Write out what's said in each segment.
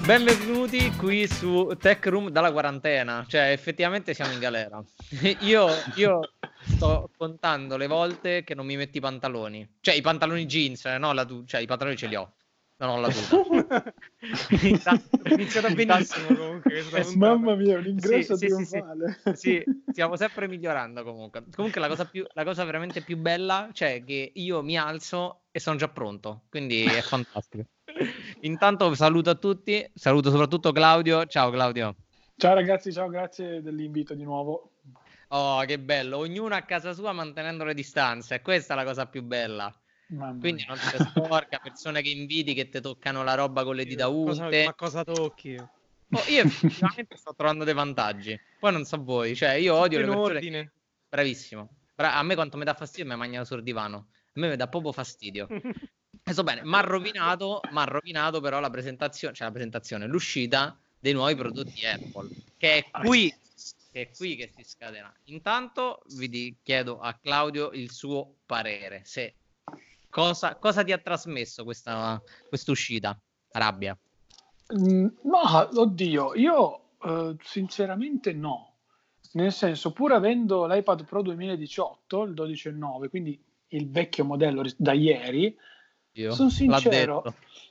Benvenuti qui su Tech Room dalla quarantena, cioè effettivamente siamo in galera. Io sto contando le volte che non mi metto i pantaloni, cioè i pantaloni jeans, no, cioè i pantaloni ce li ho, non ho la tuta. È iniziata benissimo comunque questa puntata. Mamma mia, un ingresso Sì. trionfale. Sì, stiamo sempre migliorando comunque. Comunque la cosa veramente più bella, cioè che io mi alzo e sono già pronto, quindi è fantastico. Intanto saluto a tutti, saluto soprattutto Claudio. Ciao Claudio. Ciao ragazzi, ciao, grazie dell'invito di nuovo. Oh, che bello, ognuno a casa sua mantenendo le distanze, questa è la cosa più bella. Mamma Quindi mia. non ti sporca, persone che invidi, che ti toccano la roba con le dita unte. Ma cosa tocchi? Oh, io effettivamente sto trovando dei vantaggi. Poi non so voi, cioè io odio le in persone. ordine. Bravissimo. A me quanto mi dà fastidio mi mangiano sul divano. A me mi dà proprio fastidio. E so bene, mi ha rovinato però la presentazione, l'uscita dei nuovi prodotti Apple, che è qui che si scatena. Intanto chiedo a Claudio il suo parere, se cosa ti ha trasmesso questa uscita? Rabbia. No, oddio, io sinceramente no. Nel senso, pur avendo l'iPad Pro 2018, il 12,9, quindi il vecchio modello da ieri, sono sincero,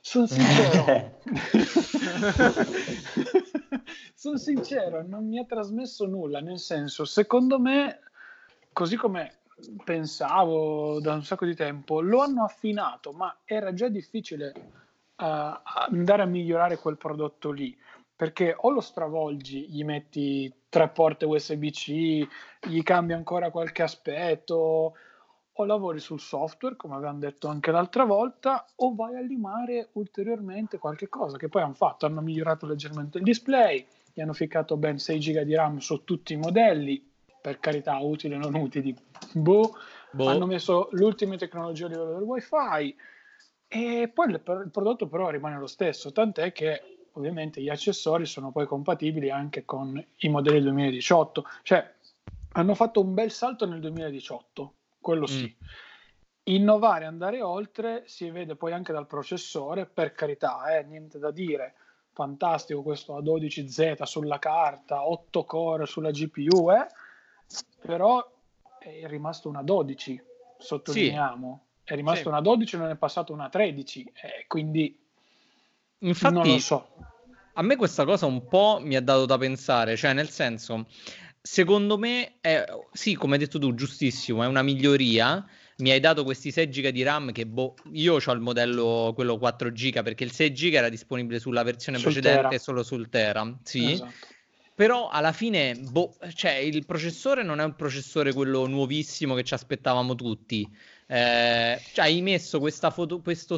sono sincero, non mi ha trasmesso nulla, nel senso, secondo me, così come pensavo da un sacco di tempo, lo hanno affinato, ma era già difficile andare a migliorare quel prodotto lì, perché o lo stravolgi, gli metti 3 porte USB-C, gli cambi ancora qualche aspetto, o lavori sul software, come avevamo detto anche l'altra volta, o vai a limare ulteriormente qualche cosa, che poi hanno fatto, hanno migliorato leggermente il display, gli hanno ficcato ben 6 GB di RAM su tutti i modelli, per carità, utili o non utili, hanno messo l'ultima tecnologia a livello del wifi, e poi il prodotto però rimane lo stesso, tant'è che ovviamente gli accessori sono poi compatibili anche con i modelli 2018, cioè hanno fatto un bel salto nel 2018, quello sì. Innovare, andare oltre, si vede poi anche dal processore, per carità, niente da dire, fantastico questo A12Z sulla carta, 8 core sulla GPU, però è rimasto una 12, sottolineiamo, è rimasto una 12 e non è passato una 13, quindi infatti, non lo so. A me questa cosa un po' mi ha dato da pensare, cioè nel senso, secondo me, sì, come hai detto tu, giustissimo, è una miglioria. Mi hai dato questi 6 giga di RAM che io ho il modello quello 4 giga perché il 6 giga era disponibile sulla versione precedente solo sul Tera, sì. Esatto. Però alla fine, cioè, il processore non è un processore quello nuovissimo che ci aspettavamo tutti. Cioè, hai messo questo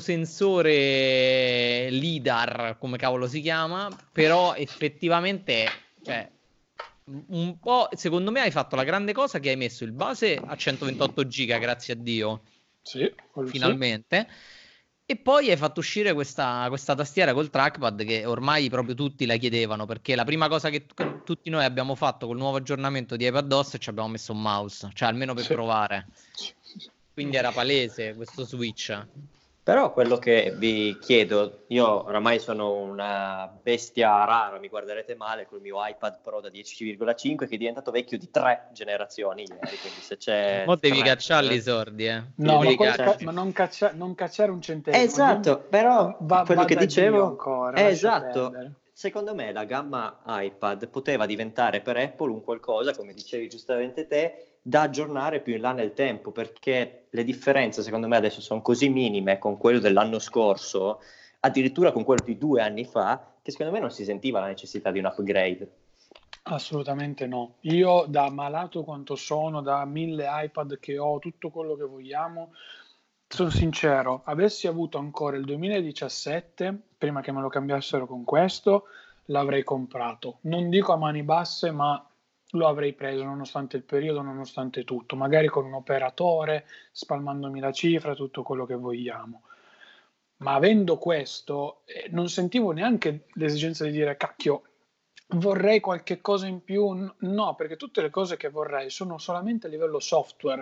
sensore LIDAR, come cavolo si chiama, però effettivamente, cioè, un po', secondo me hai fatto la grande cosa che hai messo il base a 128 giga, grazie a Dio. Sì, finalmente. Sì. E poi hai fatto uscire questa tastiera col trackpad che ormai proprio tutti la chiedevano, perché la prima cosa che tutti noi abbiamo fatto col nuovo aggiornamento di iPadOS è ci abbiamo messo un mouse, cioè almeno per provare. Quindi era palese questo switch. Però quello che vi chiedo, io oramai sono una bestia rara, mi guarderete male col mio iPad Pro da 10,5 che è diventato vecchio di 3 generazioni ieri, quindi se c'è... Mo devi cacciare i sordi, No, ma non cacciare un centesimo. Esatto, però quello che dicevo ancora, esatto. Secondo me la gamma iPad poteva diventare per Apple un qualcosa, come dicevi giustamente te, da aggiornare più in là nel tempo, perché le differenze secondo me adesso sono così minime con quello dell'anno scorso, addirittura con quello di 2 anni fa, che secondo me non si sentiva la necessità di un upgrade. Assolutamente no. Io, da malato quanto sono, da 1000 iPad che ho, tutto quello che vogliamo, sono sincero, avessi avuto ancora il 2017, prima che me lo cambiassero con questo, l'avrei comprato. Non dico a mani basse, ma lo avrei preso nonostante il periodo, nonostante tutto, magari con un operatore, spalmandomi la cifra, tutto quello che vogliamo. Ma avendo questo, non sentivo neanche l'esigenza di dire, cacchio, vorrei qualche cosa in più. No, perché tutte le cose che vorrei sono solamente a livello software,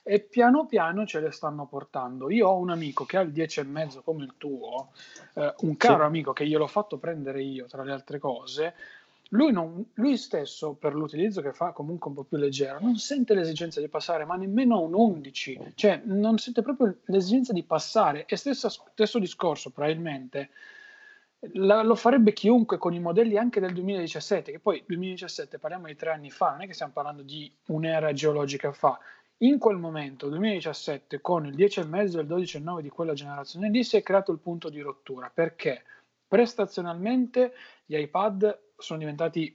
e piano piano ce le stanno portando. Io ho un amico che ha il 10,5 come il tuo, un caro amico che gliel'ho fatto prendere io, tra le altre cose. Lui stesso, per l'utilizzo che fa comunque un po' più leggero, non sente l'esigenza di passare, ma nemmeno a un 11, cioè non sente proprio l'esigenza di passare. E stesso discorso, probabilmente, lo farebbe chiunque con i modelli anche del 2017, che poi 2017 parliamo di 3 anni fa, non è che stiamo parlando di un'era geologica fa. In quel momento, 2017, con il 10,5 e il 12,9 di quella generazione lì, si è creato il punto di rottura, perché prestazionalmente gli iPad sono diventati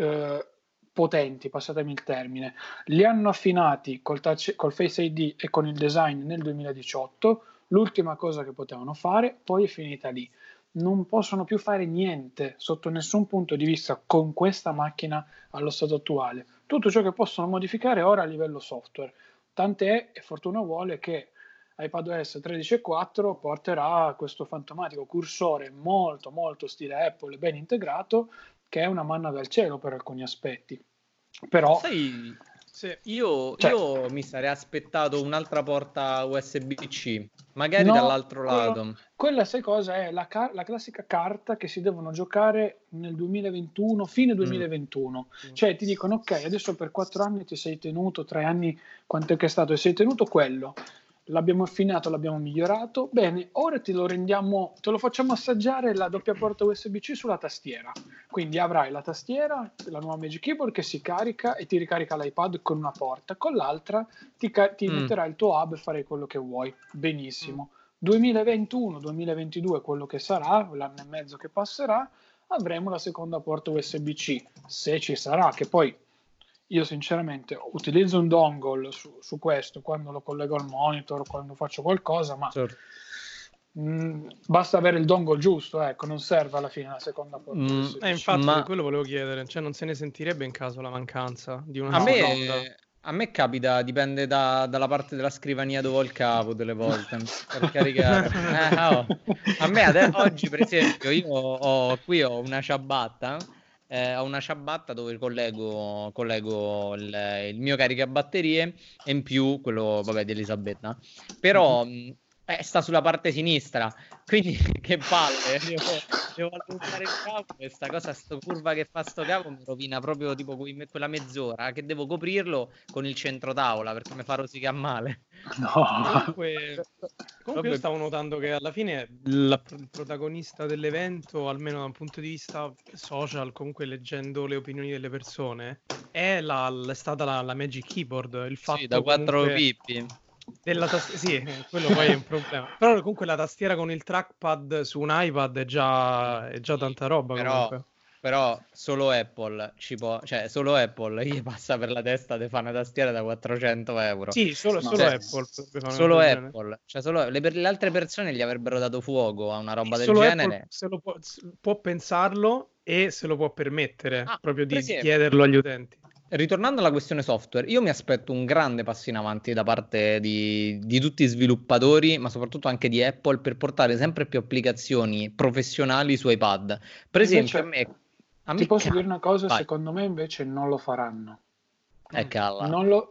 potenti, passatemi il termine, li hanno affinati col Face ID e con il design nel 2018, l'ultima cosa che potevano fare, poi è finita lì. Non possono più fare niente sotto nessun punto di vista con questa macchina allo stato attuale. Tutto ciò che possono modificare ora a livello software. Tant'è, e fortuna vuole, che iPadOS 13.4 porterà questo fantomatico cursore molto molto stile Apple, ben integrato, che è una manna dal cielo per alcuni aspetti. Però sai, io mi sarei aspettato un'altra porta USB-C, magari dall'altro lato. Quella, sai cosa è? La classica carta che si devono giocare nel 2021, fine 2021. Cioè ti dicono, ok, adesso per 4 anni ti sei tenuto, 3 anni, quanto è che è stato, e sei tenuto quello. L'abbiamo affinato, l'abbiamo migliorato. Bene, ora te lo facciamo assaggiare la doppia porta USB-C sulla tastiera. Quindi avrai la tastiera, la nuova Magic Keyboard che si carica e ti ricarica l'iPad con una porta, con l'altra ti metterà il tuo hub e farai quello che vuoi. Benissimo. 2021-2022, quello che sarà, l'anno e mezzo che passerà, avremo la seconda porta USB-C, se ci sarà, che poi io sinceramente utilizzo un dongle su questo quando lo collego al monitor, quando faccio qualcosa, ma certo. Basta avere il dongle giusto, ecco, non serve alla fine la seconda porta USB-C. Infatti quello volevo chiedere, cioè non se ne sentirebbe in caso la mancanza di una A me capita, dipende dalla parte della scrivania dove ho il capo delle volte per caricare. A me oggi, per esempio, io ho una ciabatta. Ho una ciabatta dove collego il mio caricabatterie e in più quello, vabbè, di Elisabetta. Però sta sulla parte sinistra, quindi che palle, devo allungare il capo e sta curva che fa sto capo mi rovina proprio tipo quella mezz'ora che devo coprirlo con il centro tavola perché mi fa rosicare male. Comunque io stavo notando che alla fine il protagonista dell'evento, almeno da un punto di vista social, comunque leggendo le opinioni delle persone, è stata la Magic Keyboard, il fatto da 4 pippi. Sì, quello poi è un problema. Però comunque la tastiera con il trackpad su un iPad è già tanta roba. Però solo Apple solo Apple gli passa per la testa di fare una tastiera da 400 euro. Sì, solo Apple. Solo Apple. Cioè le altre persone gli avrebbero dato fuoco a una roba del genere. Apple può pensarlo e se lo può permettere proprio di chiederlo agli utenti. Ritornando alla questione software, io mi aspetto un grande passo in avanti da parte di tutti i sviluppatori, ma soprattutto anche di Apple, per portare sempre più applicazioni professionali su iPad. Per esempio, ti posso dire una cosa, secondo me invece non lo faranno. Calla. Non lo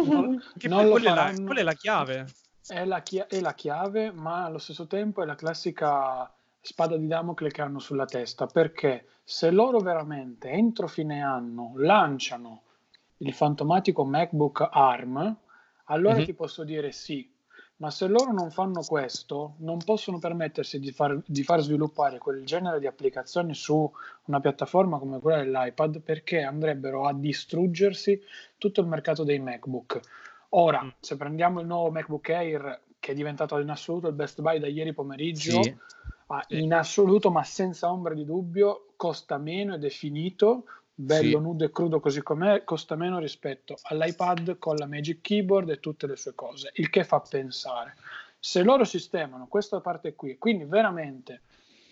faranno. Quella è la chiave. È la chiave, ma allo stesso tempo è la classica spada di Damocle che hanno sulla testa, perché se loro veramente entro fine anno lanciano il fantomatico MacBook ARM, allora ti posso dire sì, ma se loro non fanno questo non possono permettersi di far sviluppare quel genere di applicazioni su una piattaforma come quella dell'iPad, perché andrebbero a distruggersi tutto il mercato dei MacBook. Ora, se prendiamo il nuovo MacBook Air, che è diventato in assoluto il best buy da ieri pomeriggio, in assoluto, ma senza ombra di dubbio, costa meno ed è finito, bello nudo e crudo così com'è, costa meno rispetto all'iPad con la Magic Keyboard e tutte le sue cose, il che fa pensare. Se loro sistemano questa parte qui, quindi veramente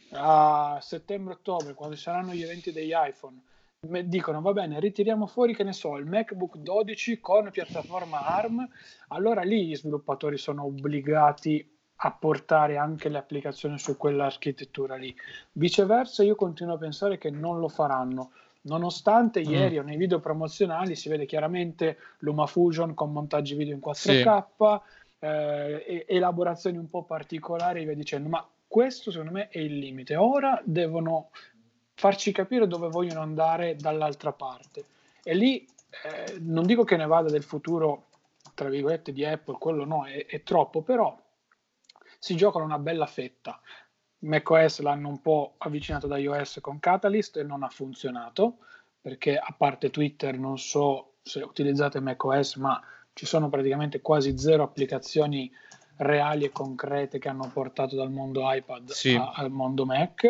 a settembre-ottobre, quando saranno gli eventi degli iPhone, dicono va bene, ritiriamo fuori, che ne so, il MacBook 12 con piattaforma ARM, allora lì gli sviluppatori sono obbligati a portare anche le applicazioni su quell'architettura lì. Viceversa, io continuo a pensare che non lo faranno. nonostante ieri nei video promozionali si vede chiaramente LumaFusion con montaggi video in 4K, elaborazioni un po' particolari e via dicendo, ma questo secondo me è il limite. Ora devono farci capire dove vogliono andare dall'altra parte, e lì non dico che ne vada del futuro tra virgolette di Apple, quello no, è troppo, però si giocano una bella fetta. macOS l'hanno un po' avvicinato da iOS con Catalyst e non ha funzionato, perché a parte Twitter non so se utilizzate macOS, ma ci sono praticamente quasi zero applicazioni reali e concrete che hanno portato dal mondo iPad al mondo Mac.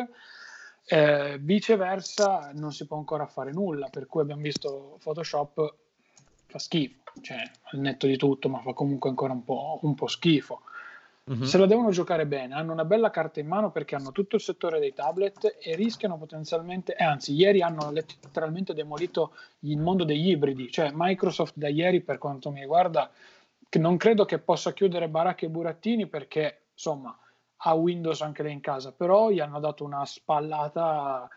Viceversa non si può ancora fare nulla, per cui abbiamo visto Photoshop fa schifo, cioè al netto di tutto, ma fa comunque ancora un po' schifo. Se la devono giocare bene, hanno una bella carta in mano perché hanno tutto il settore dei tablet e rischiano potenzialmente, anzi ieri hanno letteralmente demolito il mondo degli ibridi, cioè Microsoft da ieri, per quanto mi riguarda, che non credo che possa chiudere baracche e burattini, perché insomma ha Windows anche lei in casa, però gli hanno dato una spallata,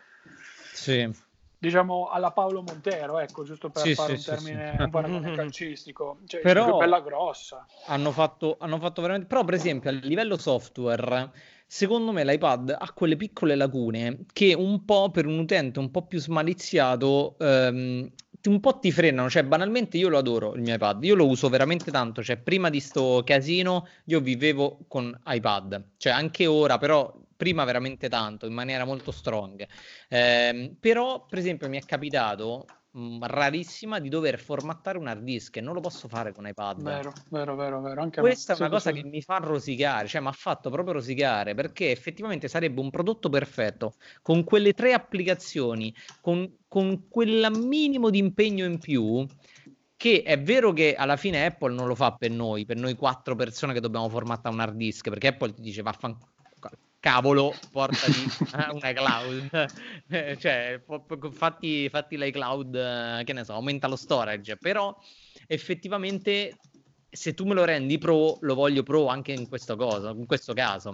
diciamo alla Paolo Montero, ecco, giusto per fare un termine, un paragone calcistico, cioè però bella grossa. Hanno fatto veramente, però per esempio a livello software secondo me l'iPad ha quelle piccole lacune che un po' per un utente un po' più smaliziato un po' ti frenano. Cioè banalmente io lo adoro il mio iPad, io lo uso veramente tanto, cioè prima di sto casino io vivevo con iPad, cioè anche ora, però prima veramente tanto, in maniera molto strong. Però per esempio mi è capitato rarissima di dover formattare un hard disk e non lo posso fare con iPad. Vero. Anche questa è una cosa che mi fa rosicare, cioè mi ha fatto proprio rosicare, perché effettivamente sarebbe un prodotto perfetto con quelle 3 applicazioni, con quel minimo di impegno in più, che è vero che alla fine Apple non lo fa per noi 4 persone che dobbiamo formattare un hard disk, perché Apple ti dice cavolo, portati un iCloud, cioè fatti l'iCloud, che ne so, aumenta lo storage, però effettivamente se tu me lo rendi pro, lo voglio pro anche in questo caso.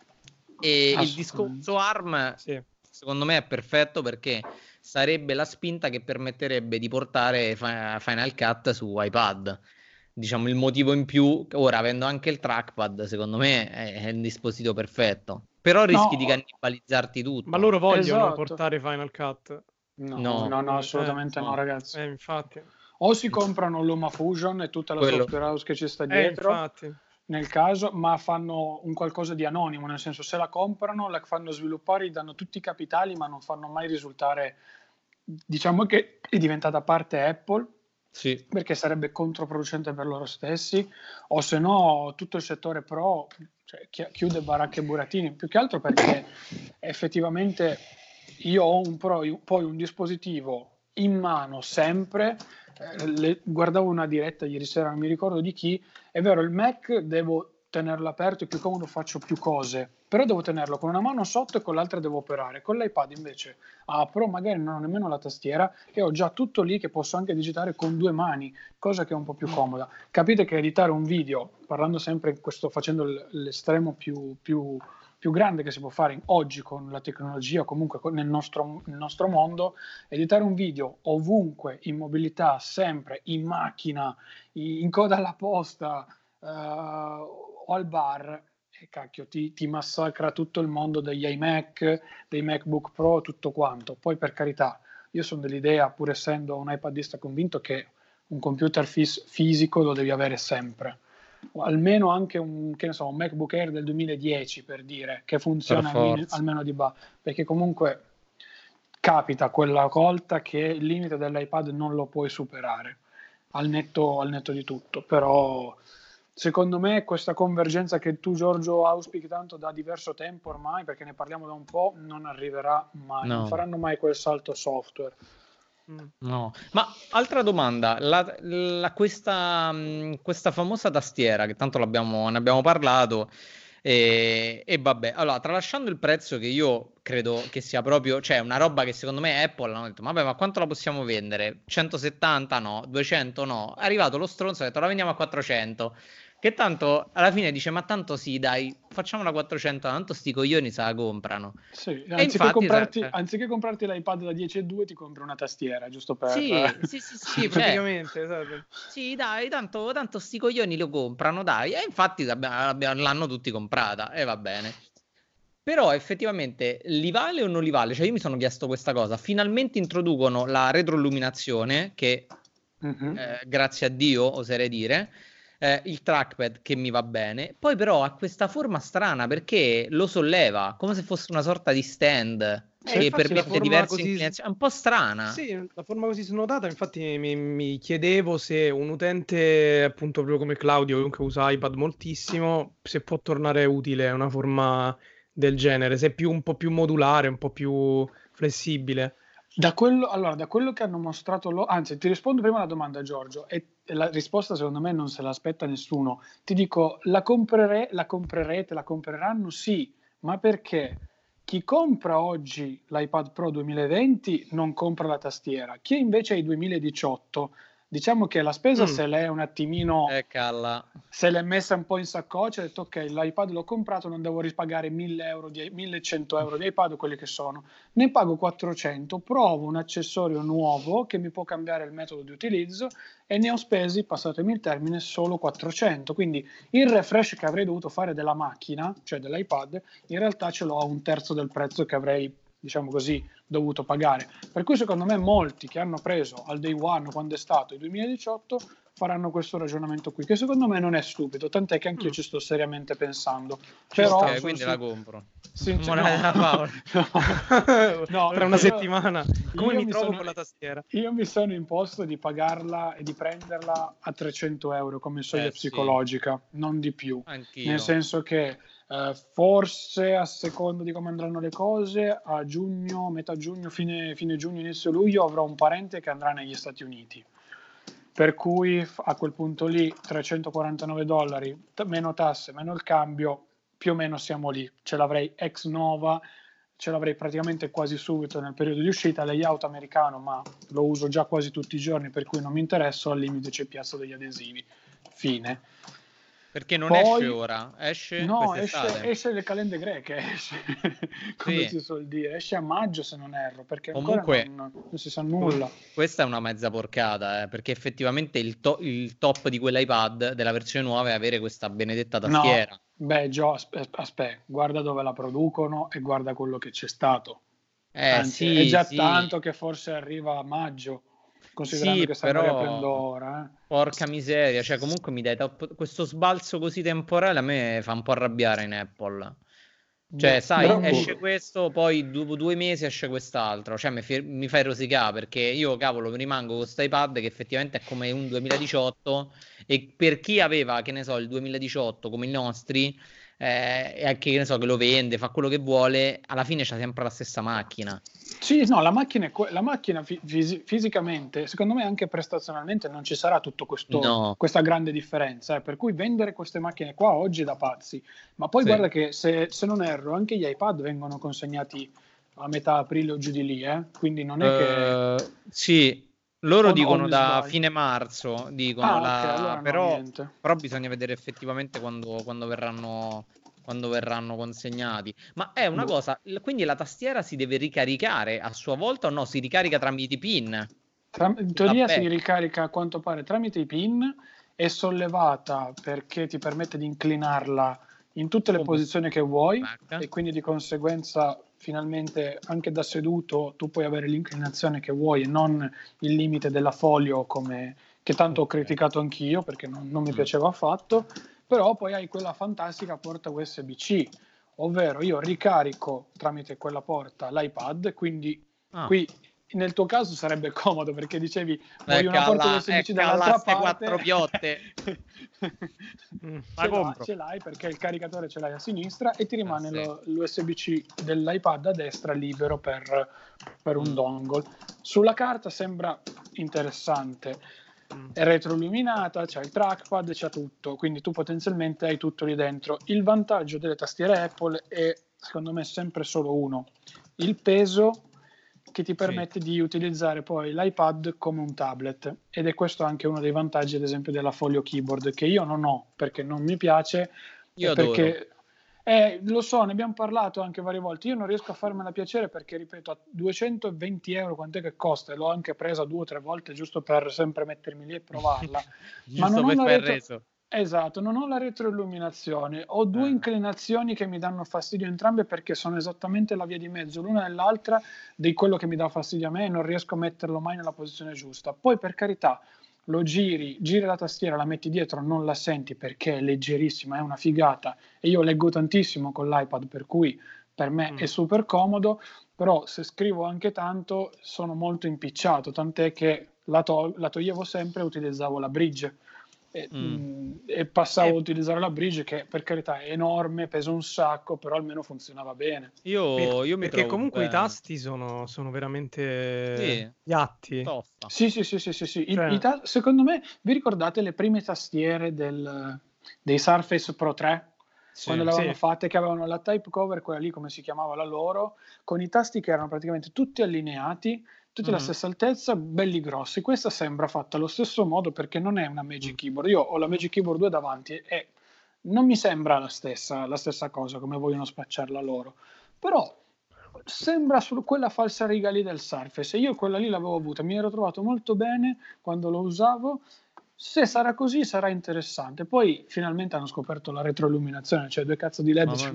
E il discorso ARM secondo me è perfetto, perché sarebbe la spinta che permetterebbe di portare Final Cut su iPad. Diciamo il motivo in più, ora avendo anche il trackpad, secondo me è un dispositivo perfetto. Però rischi di cannibalizzarti tutto. Ma loro vogliono portare Final Cut? No, assolutamente no, ragazzi. Infatti. O si comprano LumaFusion e tutta la software house che ci sta dietro, infatti, nel caso, ma fanno un qualcosa di anonimo, nel senso, se la comprano, la fanno sviluppare, gli danno tutti i capitali, ma non fanno mai risultare, diciamo che è diventata parte Apple, perché sarebbe controproducente per loro stessi, o se no tutto il settore pro, cioè, chiude baracche e burattini, più che altro perché effettivamente io ho poi un dispositivo in mano sempre. Guardavo una diretta ieri sera, non mi ricordo di chi, è vero, il Mac devo tenerlo aperto, è più comodo, faccio più cose, però devo tenerlo con una mano sotto e con l'altra devo operare. Con l'iPad invece apro, magari non ho nemmeno la tastiera e ho già tutto lì che posso anche digitare con 2 mani, cosa che è un po' più comoda. Capite che editare un video, parlando sempre facendo l'estremo più grande che si può fare oggi con la tecnologia, comunque nel nostro mondo, editare un video ovunque, in mobilità, sempre, in macchina, in coda alla posta o al bar, e cacchio, ti massacra tutto il mondo degli iMac, dei MacBook Pro, tutto quanto. Poi per carità, io sono dell'idea, pur essendo un iPadista convinto, che un computer fisico lo devi avere sempre. Almeno anche un MacBook Air del 2010, per dire, che funziona almeno di base, perché comunque capita quella volta che il limite dell'iPad non lo puoi superare al netto di tutto. Però secondo me questa convergenza che tu, Giorgio, auspichi tanto da diverso tempo ormai, perché ne parliamo da un po', non arriverà mai, non faranno mai quel salto software. No, ma altra domanda, questa famosa tastiera, che tanto ne abbiamo parlato, e vabbè, allora, tralasciando il prezzo, che io credo che sia proprio, cioè una roba che secondo me Apple hanno detto, vabbè, ma quanto la possiamo vendere? 170 no, 200 no. È arrivato lo stronzo e ha detto la vendiamo a 400. Che tanto alla fine dice, ma tanto sì, dai, facciamola a 400, tanto sti coglioni se la comprano. Sì, E infatti, anziché comprarti l'iPad da 10,2 ti compri una tastiera, giusto per... Sì, praticamente, esatto. Sì, dai, tanto sti coglioni lo comprano, dai. E infatti l'hanno tutti comprata, e va bene. Però effettivamente li vale o non li vale? Cioè io mi sono chiesto questa cosa. Finalmente introducono la retroilluminazione, che grazie a Dio, oserei dire, il trackpad che mi va bene. Poi però ha questa forma strana perché lo solleva, come se fosse una sorta di stand che permette diverse inclinazioni. È un po' strana. Sì, la forma così snodata, infatti mi chiedevo se un utente, appunto proprio come Claudio, comunque usa iPad moltissimo, se può tornare utile una forma del genere, se è un po' più modulare, un po' più flessibile. Da quello che hanno mostrato anzi, ti rispondo prima alla domanda, Giorgio, e la risposta secondo me non se l'aspetta nessuno. Ti dico, la comprerete, la compreranno? Sì, ma perché? Chi compra oggi l'iPad Pro 2020 non compra la tastiera. Chi invece ha i 2018, diciamo che la spesa se l'è un attimino... se l'è messa un po' in saccoccia, ha detto ok, l'iPad l'ho comprato, non devo ripagare 1.100 euro di iPad, quelli che sono, ne pago 400, provo un accessorio nuovo che mi può cambiare il metodo di utilizzo e ne ho spesi, passatemi il termine, solo 400. Quindi il refresh che avrei dovuto fare della macchina, cioè dell'iPad, in realtà ce l'ho a un terzo del prezzo che avrei, diciamo così, dovuto pagare. Per cui secondo me molti che hanno preso al day one, quando è stato il 2018, faranno questo ragionamento qui, che secondo me non è stupido, tant'è che anch'io ci sto seriamente pensando. Però quindi la compro. No, tra una settimana. Come mi trovo con la tastiera? Io mi sono imposto di pagarla e di prenderla a 300 euro come soglia psicologica, non di più. Anch'io. Nel senso che forse a seconda di come andranno le cose, a giugno, metà giugno, fine giugno, inizio luglio avrò un parente che andrà negli Stati Uniti. Per cui a quel punto lì $349, meno tasse, meno il cambio, più o meno siamo lì. Ce l'avrei ex nova, ce l'avrei praticamente quasi subito nel periodo di uscita. Layout americano, ma lo uso già quasi tutti i giorni, per cui non mi interesso, al limite ci piazzo degli adesivi. Fine. Perché non esce ora, esce le calende greche, esce come si suol dire, esce a maggio se non erro, perché comunque ancora non si sa nulla. Questa è una mezza porcata, perché effettivamente il top di quell'iPad della versione nuova è avere questa benedetta tastiera. No, beh, aspetta, guarda dove la producono e guarda quello che c'è stato. Anzi, è già tanto che forse arriva a maggio. Considerando che stanno riaprendo ora. Porca miseria, cioè comunque mi dai questo sbalzo così temporale a me fa un po' arrabbiare in Apple. Cioè, esce questo, poi dopo 2 mesi esce quest'altro. Cioè, mi fai rosicare perché io, cavolo, rimango con questo iPad che effettivamente è come un 2018 e per chi aveva, che ne so, il 2018 come i nostri, e che ne so, che lo vende, fa quello che vuole, alla fine c'ha sempre la stessa macchina. Sì, no, la macchina fisicamente, secondo me anche prestazionalmente non ci sarà tutto questa grande differenza, per cui vendere queste macchine qua oggi è da pazzi, ma poi guarda che se non erro anche gli iPad vengono consegnati a metà aprile o giù di lì, quindi non è che... Sì, loro dicono da fine marzo, dicono, allora però bisogna vedere effettivamente quando verranno consegnati. Ma è una cosa, quindi la tastiera si deve ricaricare a sua volta o no? Si ricarica tramite i pin? In teoria si ricarica a quanto pare tramite i pin, è sollevata perché ti permette di inclinarla in tutte le posizioni che vuoi e quindi di conseguenza finalmente anche da seduto tu puoi avere l'inclinazione che vuoi e non il limite della folio che tanto ho criticato anch'io perché non mi piaceva affatto. Però poi hai quella fantastica porta USB-C, ovvero io ricarico tramite quella porta l'iPad, quindi qui nel tuo caso sarebbe comodo perché dicevi voglio una porta USB-C dall'altra parte. 4 piotte. Ce l'hai perché il caricatore ce l'hai a sinistra e ti rimane l'USB-C dell'iPad a destra libero per un dongle. Sulla carta sembra interessante. È retroilluminata, c'ha il trackpad, c'ha tutto, quindi tu potenzialmente hai tutto lì dentro. Il vantaggio delle tastiere Apple è secondo me sempre solo uno: il peso, che ti permette di utilizzare poi l'iPad come un tablet, ed è questo anche uno dei vantaggi ad esempio della Folio Keyboard, che io non ho perché non mi piace, Io perché lo so, ne abbiamo parlato anche varie volte, io non riesco a farmela piacere perché, ripeto, a 220 euro quant'è che costa, e l'ho anche presa 2 o 3 volte giusto per sempre mettermi lì e provarla, ma non ho la Esatto, non ho la retroilluminazione, ho due inclinazioni che mi danno fastidio entrambe perché sono esattamente la via di mezzo l'una e l'altra di quello che mi dà fastidio a me, e non riesco a metterlo mai nella posizione giusta. Poi, per carità, lo giri la tastiera, la metti dietro, non la senti perché è leggerissima, è una figata, e io leggo tantissimo con l'iPad, per cui per me è super comodo, però se scrivo anche tanto sono molto impicciato, tant'è che la toglievo sempre e utilizzavo la Bridge. E passavo a utilizzare la Bridge, che per carità è enorme, pesa un sacco, però almeno funzionava bene. Io mi perché comunque i tasti sono veramente piatti. Sì. Cioè... secondo me, vi ricordate le prime tastiere dei Surface Pro 3? Quando le avevano fatte, che avevano la type cover, quella lì come si chiamava la loro, con i tasti che erano praticamente tutti allineati, tutti alla stessa altezza, belli grossi. Questa sembra fatta allo stesso modo perché non è una Magic Keyboard. Io ho la Magic Keyboard 2 davanti e non mi sembra la stessa cosa come vogliono spacciarla loro, però sembra quella falsa riga lì del Surface, e io quella lì l'avevo avuta, mi ero trovato molto bene quando lo usavo. Se sarà così sarà interessante. Poi finalmente hanno scoperto la retroilluminazione, cioè 2 cazzo di LED, ci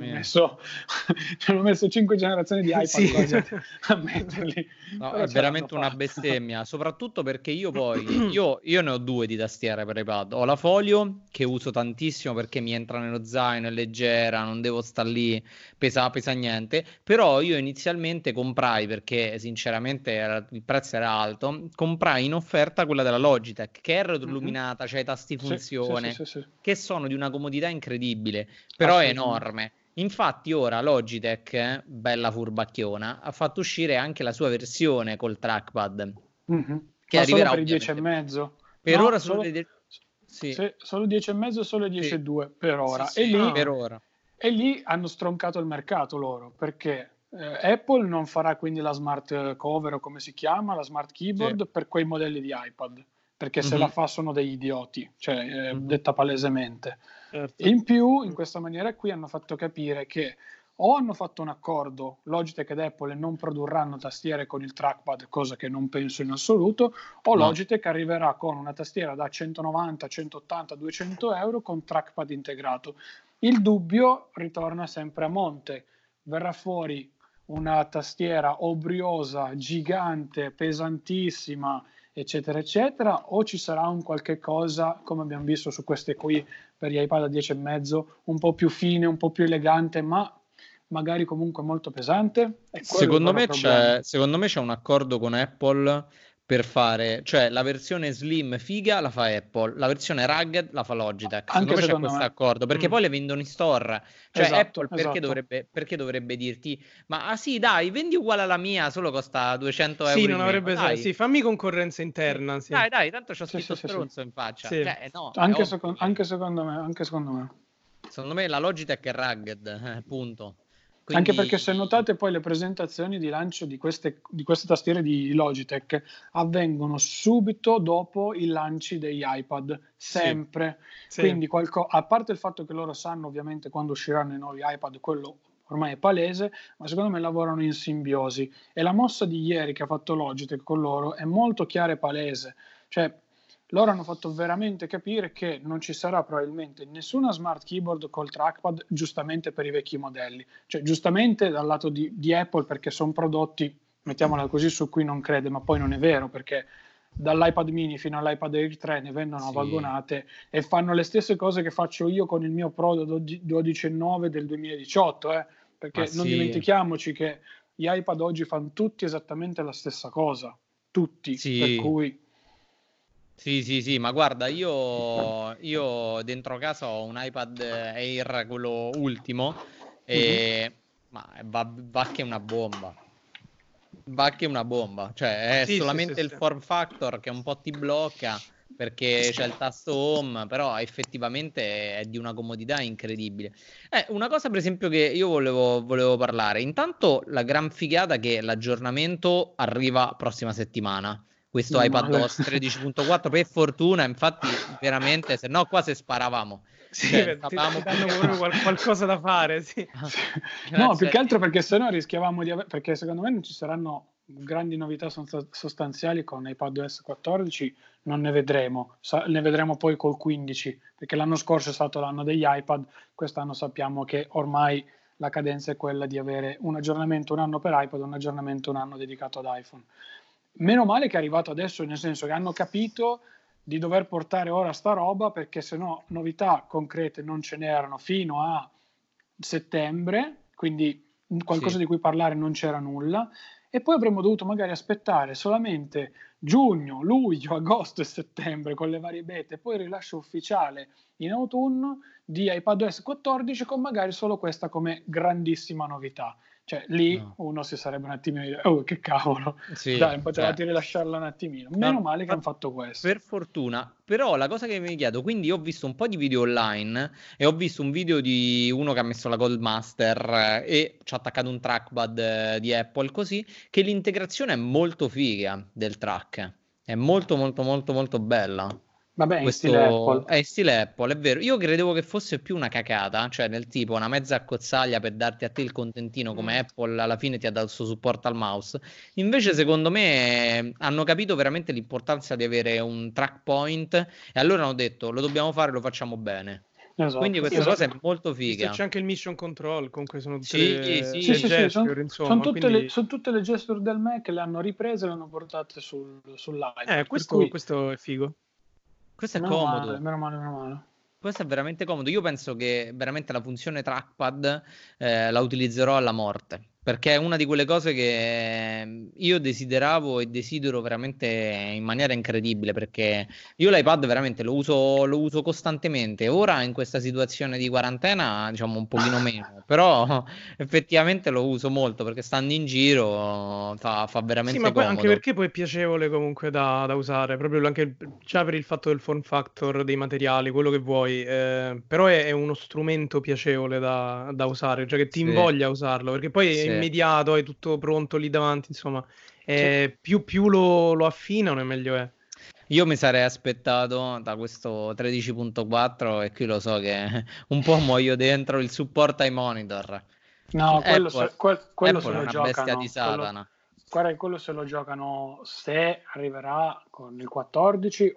hanno messo 5 generazioni di iPad a metterli. No, è veramente una bestemmia, soprattutto perché io ne ho 2 di tastiere per iPad. Ho la Folio, che uso tantissimo perché mi entra nello zaino, è leggera, non devo stare lì, pesa niente. Però io inizialmente comprai, perché sinceramente il prezzo era alto, comprai in offerta quella della Logitech, che è retroilluminata, c'è i tasti funzione, che sono di una comodità incredibile, però è enorme. Infatti ora Logitech, bella furbacchiona, ha fatto uscire anche la sua versione col trackpad, che arriverà per i 10,5. Per ora solo 10,5, solo 10,2 per ora. Per ora. E lì hanno stroncato il mercato loro, perché Apple non farà quindi la smart cover, o come si chiama, la smart keyboard per quei modelli di iPad, perché se la fa sono degli idioti, cioè detta palesemente. E in più, in questa maniera qui hanno fatto capire che o hanno fatto un accordo, Logitech ed Apple, e non produrranno tastiere con il trackpad, cosa che non penso in assoluto, o Logitech arriverà con una tastiera da 190, 180, 200 euro con trackpad integrato. Il dubbio ritorna sempre a monte: verrà fuori una tastiera obriosa, gigante, pesantissima, eccetera eccetera, o ci sarà un qualche cosa, come abbiamo visto su queste qui per gli iPad a 10,5, un po' più fine, un po' più elegante, ma magari comunque molto pesante? Secondo me c'è un accordo con Apple per fare, cioè la versione slim figa la fa Apple, la versione rugged la fa Logitech. Secondo me c'è questo accordo, perché poi le vendono in store. Cioè Apple perché dovrebbe dirti: ma sì, dai, vendi uguale alla mia, solo costa 200 euro. Sì, non avrebbe senso. Sì, fammi concorrenza interna. Sì. Dai, tanto c'ho scritto stronzo in faccia. Sì. Cioè, no, anche secondo me. Secondo me la Logitech è rugged, punto. Anche perché, se notate, poi le presentazioni di lancio di queste tastiere di Logitech avvengono subito dopo i lanci degli iPad, sempre. Quindi a parte il fatto che loro sanno ovviamente quando usciranno i nuovi iPad, quello ormai è palese, ma secondo me lavorano in simbiosi, e la mossa di ieri che ha fatto Logitech con loro è molto chiara e palese. Cioè, loro hanno fatto veramente capire che non ci sarà probabilmente nessuna smart keyboard col trackpad, giustamente per i vecchi modelli, cioè giustamente dal lato di Apple, perché sono prodotti, mettiamola così, su cui non crede, ma poi non è vero, perché dall'iPad mini fino all'iPad Air 3 ne vendono a vagonate e fanno le stesse cose che faccio io con il mio Pro 12,9 del 2018, perché non dimentichiamoci che gli iPad oggi fanno tutti esattamente la stessa cosa, tutti, per cui... Sì, ma guarda, io dentro casa ho un iPad Air, quello ultimo, ma va che una bomba. Cioè è solamente il form factor che un po' ti blocca, perché c'è il tasto home, però effettivamente è di una comodità incredibile. Una cosa per esempio che io volevo parlare, intanto la gran figata che l'aggiornamento arriva prossima settimana, questo Non iPadOS male. 13.4 per fortuna, infatti veramente, se no qua se sparavamo. Sì, Cioè, ti stavamo danno più- proprio qualcosa da fare, sì. No, più Cioè, che altro perché sennò rischiavamo di avere, perché secondo me non ci saranno grandi novità sostanziali con iPadOS 14, non ne vedremo, ne vedremo poi col 15, perché l'anno scorso è stato l'anno degli iPad, quest'anno sappiamo che ormai la cadenza è quella di avere un aggiornamento un anno per iPad, un aggiornamento un anno dedicato ad iPhone. Meno male che è arrivato adesso, nel senso che hanno capito di dover portare ora sta roba, perché sennò novità concrete non ce n'erano fino a settembre, quindi qualcosa sì. di cui parlare non c'era nulla, e poi avremmo dovuto magari aspettare solamente giugno, luglio, agosto e settembre con le varie bete, poi il rilascio ufficiale in autunno di iPadOS 14 con magari solo questa come grandissima novità. Cioè lì No. uno si sarebbe un attimino di oh che cavolo, Sì, dai, potevate cioè, rilasciarla un attimino. Meno ma- male che ma hanno fatto questo. per fortuna, però la cosa che mi chiedo, quindi io ho visto un po' di video online e ho visto un video di uno che ha messo la Codemaster e ci ha attaccato un trackpad di Apple così, che l'integrazione è molto figa del track, è molto molto molto molto bella. Vabbè, in stile Questo Apple. è in stile Apple, è vero. Io credevo che fosse più una cacata, cioè nel tipo una mezza accozzaglia per darti a te il contentino, come Apple alla fine ti ha dato il suo supporto al mouse. Invece, secondo me, hanno capito veramente l'importanza di avere un track point e allora hanno detto lo dobbiamo fare, lo facciamo bene. Quindi Esatto. questa cosa è molto Visto che figa. c'è anche il mission control, comunque sono tutte Sì, le Sì, sì, sì, gesture, insomma, quindi son tutte le gesture del Mac, le hanno riprese e le hanno portate sull'iPad, per questo, cui questo è figo. Questo è meno male, comodo. meno male, meno male. Questo è veramente comodo. Io penso che veramente la funzione trackpad la utilizzerò alla morte. Perché è una di quelle cose che io desideravo e desidero veramente in maniera incredibile. Perché io l'iPad veramente lo uso costantemente. Ora in questa situazione di quarantena, diciamo un pochino meno. Però effettivamente lo uso molto perché stando in giro fa Sì, veramente ma poi anche comodo. perché poi è piacevole comunque da usare, proprio anche già per il fatto del form factor, dei materiali, quello che vuoi, però è uno strumento piacevole da usare, cioè che ti Sì, invoglia a usarlo, perché poi è sì. immediato, è tutto pronto lì davanti, insomma, Sì. più lo affinano e meglio è. Io mi sarei aspettato da questo 13.4 e qui lo so che un po' muoio dentro il supporto ai monitor. No, Apple, quello se Apple è lo una bestia di giocano. Satana. Guarda, quello se lo giocano se arriverà con il 14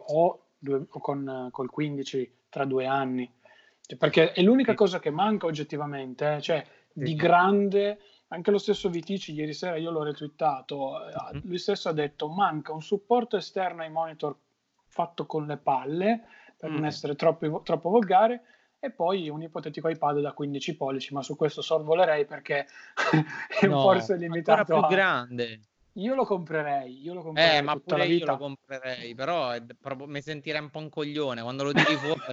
o col 15 tra 2 anni. Cioè, perché è l'unica Sì, cosa che manca oggettivamente, cioè sì. di grande. Anche lo stesso Vitici ieri sera io l'ho retweetato, Mhm. lui stesso ha detto manca un supporto esterno ai monitor fatto con le palle per non essere troppo volgare, e poi un ipotetico iPad da 15 pollici, ma su questo sorvolerei perché è No, forse ancora limitato più a. grande. Io lo comprerei Ma tutta la pure io lo vita. comprerei, però mi sentirei un po' un coglione quando lo tiri fuori.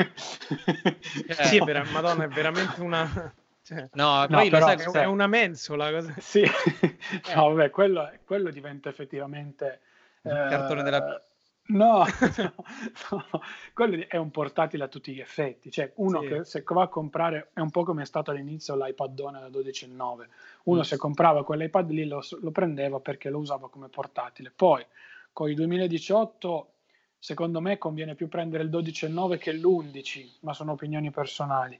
Sì, Cioè, Madonna, è veramente una... cioè, no, No, poi lo però sai è una mensola. sì, Eh, no, vabbè, quello diventa effettivamente il cartone della no, no, no, quello è un portatile a tutti gli effetti, cioè uno Sì. che se va a comprare è un po' come è stato all'inizio l'iPadone da 12,9, Mm. uno se comprava quell'iPad lì lo prendeva perché lo usava come portatile, poi con i 2018 secondo me conviene più prendere il 12,9 che l'11, ma sono opinioni personali.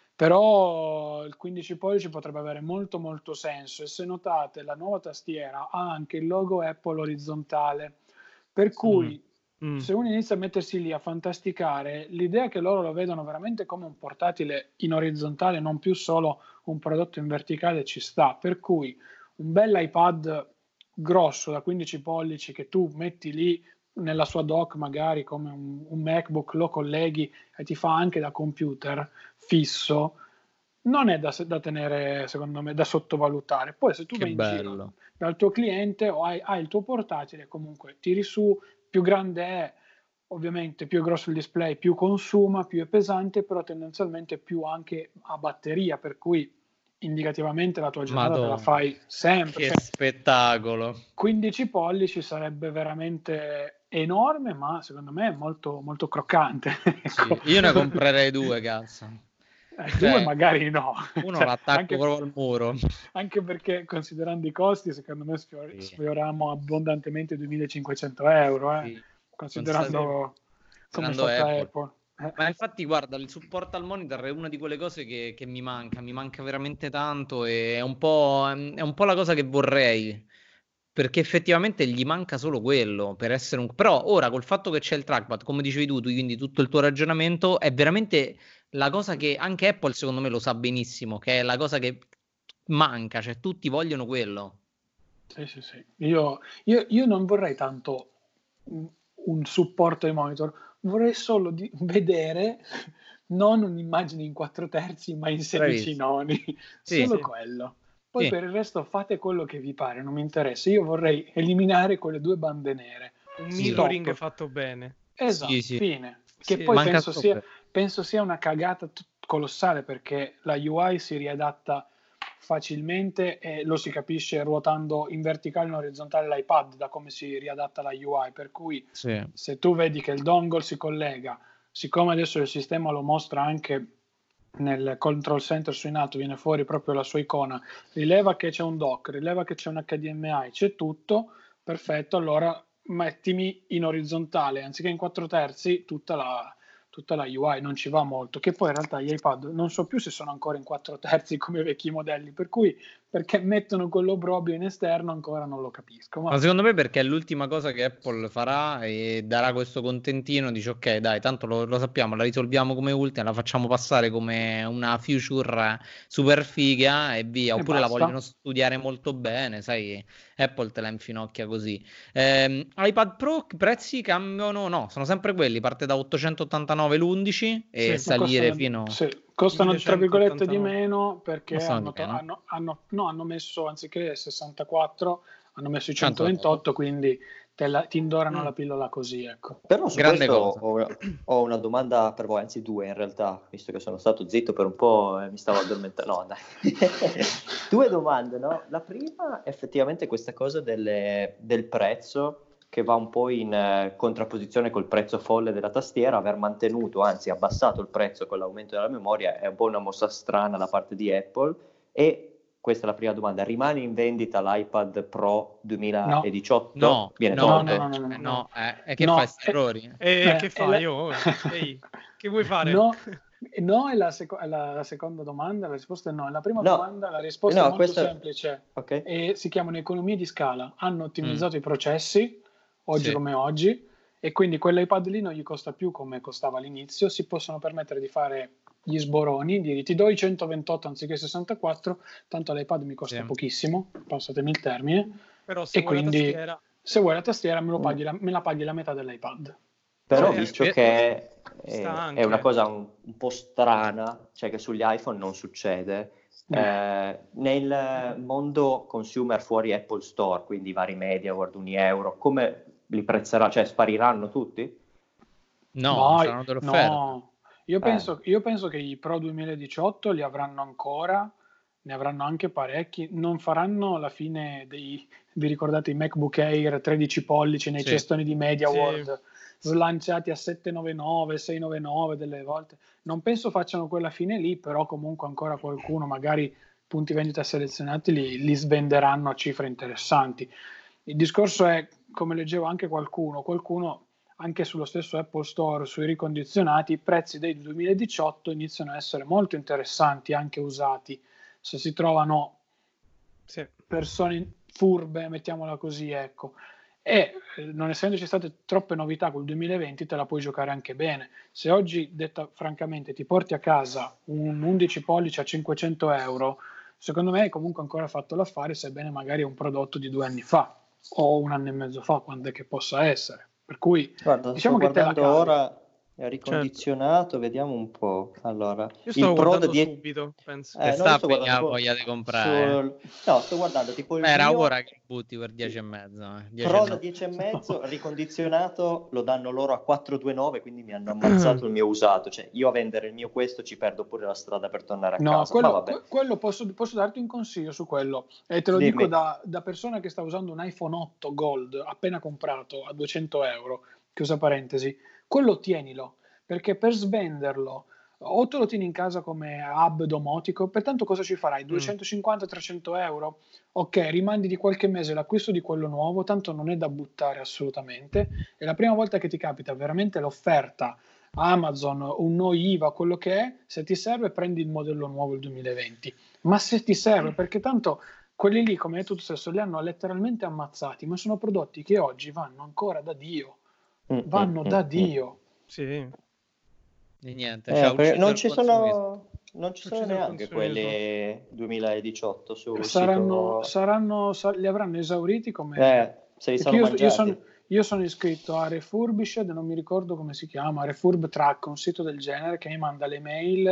Però il 15 pollici potrebbe avere molto molto senso, e se notate la nuova tastiera ha anche il logo Apple orizzontale, per Mm. cui Mm. se uno inizia a mettersi lì a fantasticare, l'idea che loro lo vedano veramente come un portatile in orizzontale, non più solo un prodotto in verticale, ci sta, per cui un bel iPad grosso da 15 pollici che tu metti lì nella sua dock magari come un MacBook, lo colleghi e ti fa anche da computer fisso, non è da tenere, secondo me, da sottovalutare. Poi se tu Che vai in giro bello. dal tuo cliente o hai il tuo portatile, comunque tiri su, più grande è, ovviamente più è grosso il display, più consuma, più è pesante, però tendenzialmente più anche a batteria, per cui indicativamente la tua giornata te la Madonna, fai sempre. che Cioè, spettacolo. 15 pollici sarebbe veramente enorme, ma secondo me è molto, molto croccante. Ecco. Sì, io ne comprerei 2, cazzo. 2 magari no. Uno Cioè, l'attacco proprio al muro. Anche perché, considerando i costi, secondo me Sì. sfioriamo abbondantemente i 2.500 euro, Sì. considerando come è Considerando fatta Apple. Apple. Ma infatti, guarda, il supporto al monitor è una di quelle cose che mi manca veramente tanto e è un po' la cosa che vorrei, perché effettivamente gli manca solo quello per essere un... Però ora col fatto che c'è il trackpad, come dicevi tu, quindi tutto il tuo ragionamento, è veramente la cosa che anche Apple secondo me lo sa benissimo, che è la cosa che manca, cioè tutti vogliono quello. Sì. Io non vorrei tanto un supporto ai monitor, vorrei solo vedere non un'immagine in 4/3 ma in 16 noni, solo quello. Poi per il resto fate quello che vi pare, non mi interessa. Io vorrei eliminare quelle 2 bande nere. Un mirroring fatto bene. Esatto, fine. Che Sì, poi penso sia una cagata colossale, perché la UI si riadatta facilmente e lo si capisce ruotando in verticale e in orizzontale l'iPad, da come si riadatta la UI, per cui se tu vedi che il dongle si collega, siccome adesso il sistema lo mostra anche nel control center su in alto, viene fuori proprio la sua icona, rileva che c'è un dock, rileva che c'è un HDMI, c'è tutto, perfetto, allora mettimi in orizzontale anziché in 4/3 tutta la UI, non ci va molto, che poi in realtà gli iPad non so più se sono ancora in 4/3 come i vecchi modelli, per cui perché mettono quell'obbrobrio in esterno ancora non lo capisco. Ma secondo me perché è l'ultima cosa che Apple farà e darà questo contentino, dice ok dai, tanto lo sappiamo, la risolviamo come ultima, la facciamo passare come una feature super figa e via, oppure la vogliono studiare molto bene, sai, Apple te la infinocchia così. iPad Pro, prezzi cambiano? No, sono sempre quelli, parte da 889 l'11 e salire fino... Costano tra virgolette di meno perché meno. hanno messo, anziché 64, hanno messo i 128, quindi ti indorano la pillola così, ecco. Però su questo ho una domanda per voi, anzi 2 in realtà, visto che sono stato zitto per un po' e mi stavo addormentando. No, dai. 2 domande, no? La prima, effettivamente questa cosa del prezzo, che va un po' in contrapposizione col prezzo folle della tastiera, aver mantenuto, anzi abbassato il prezzo con l'aumento della memoria è un po' una mossa strana da parte di Apple. E questa è la prima domanda: rimane in vendita l'iPad Pro 2018? No, viene tolto? No. E che fai, errori? Che fai? Ehi, che vuoi fare? No, è la seconda domanda, la risposta è no. La prima domanda, la risposta è molto semplice. E si chiamano economie di scala. Hanno ottimizzato i processi, oggi come oggi, e quindi quell'iPad lì non gli costa più come costava all'inizio, si possono permettere di fare gli sboroni, di ti do i 128 anziché 64, tanto l'iPad mi costa pochissimo, passatemi il termine, però se vuoi quindi la tastiera... se vuoi la tastiera me la paghi la metà dell'iPad. Però visto che è una cosa un po' strana, cioè che sugli iPhone non succede, nel mondo consumer fuori Apple Store, quindi vari MediaWorld, Unieuro, come li prezzerà? Cioè spariranno tutti? No, saranno delle offerte. No. Io penso che i Pro 2018 li avranno ancora, ne avranno anche parecchi, non faranno alla fine vi ricordate i MacBook Air 13 pollici nei cestoni di MediaWorld, slanciati a 799, 699 delle volte, non penso facciano quella fine lì, però comunque ancora qualcuno, magari punti vendita selezionati, li svenderanno a cifre interessanti. Il discorso è, come leggevo anche qualcuno anche sullo stesso Apple Store, sui ricondizionati, i prezzi del 2018 iniziano a essere molto interessanti, anche usati. Se si trovano persone furbe, mettiamola così, ecco. E non essendoci state troppe novità col 2020, te la puoi giocare anche bene. Se oggi, detta francamente, ti porti a casa un 11 pollici a 500 euro, secondo me hai comunque ancora fatto l'affare, sebbene magari è un prodotto di 2 anni fa o 1 anno e mezzo fa, quando è che possa essere. Per cui guarda, diciamo che te la cavi. Ora Ricondizionato, vediamo un po'. Allora, Io il stavo Pro da guardando 10 subito, penso. Che no, sta io sto per guardando voglia di comprare. no, sto guardando tipo il Era mio ora che lo butti per 10,5. 10 Pro e da no. 10,5 ricondizionato lo danno loro a 429, quindi mi hanno ammazzato il mio usato. Cioè, io a vendere il mio questo ci perdo pure la strada per tornare a No, casa. Ma vabbè, quello posso darti un consiglio su quello, e te lo dico dimmi. da persona che sta usando un iPhone 8 Gold appena comprato a 200 euro, chiusa parentesi. Quello tienilo, perché per svenderlo o te lo tieni in casa come hub domotico, pertanto cosa ci farai? 250-300 euro? Ok, rimandi di qualche mese l'acquisto di quello nuovo, tanto non è da buttare assolutamente, e la prima volta che ti capita veramente l'offerta Amazon, un no IVA, quello che è, se ti serve prendi il modello nuovo il 2020, ma se ti serve, perché tanto quelli lì, come hai detto tu stesso, li hanno letteralmente ammazzati, ma sono prodotti che oggi vanno ancora da Dio, vanno da Dio. Sì. E niente, c'ha ucciso non il ci consumismo. non ci sono neanche quelli 2018 sul Saranno, sito. li avranno esauriti come... Se li Perché sono mangiati. io sono iscritto a Refurbished, non mi ricordo come si chiama, Refurb Track, un sito del genere che mi manda le mail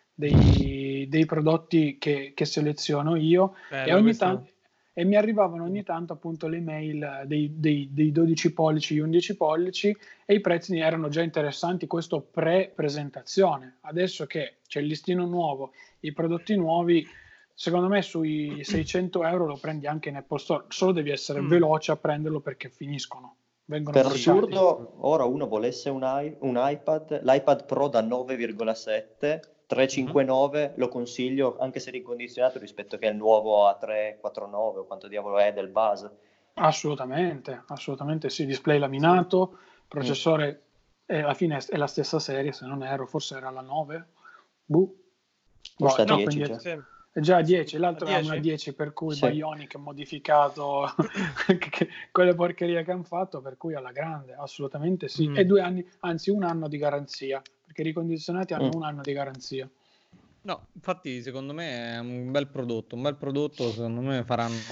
dei prodotti che seleziono io, Bello, e ogni tanto e mi arrivavano ogni tanto appunto le mail dei 12 pollici, gli 11 pollici, e i prezzi erano già interessanti, questo pre-presentazione. Adesso che c'è il listino nuovo, i prodotti nuovi, secondo me sui 600 euro lo prendi anche in Apple Store, solo devi essere veloce a prenderlo perché finiscono, vengono Per bruciati. assurdo, ora uno volesse un iPad, l'iPad Pro da 9,7, 359 lo consiglio, anche se ricondizionato rispetto che il nuovo a 349 o quanto diavolo è del base. Assolutamente sì, display laminato, processore alla fine è la stessa serie, se non erro, forse era la 9. Forse a Troppo 10 indietro. già. È già a 10, l'altro A era 10? una 10, per cui Sì. Bionic modificato quelle porcherie che hanno fatto, per cui alla grande, assolutamente sì. E 2 anni, anzi un anno di garanzia, perché i ricondizionati hanno un anno di garanzia. No, infatti secondo me è un bel prodotto, secondo me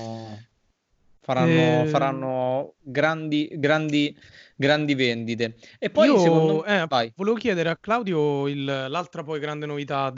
faranno grandi vendite. E poi Io secondo me vai. volevo chiedere a Claudio l'altra poi grande novità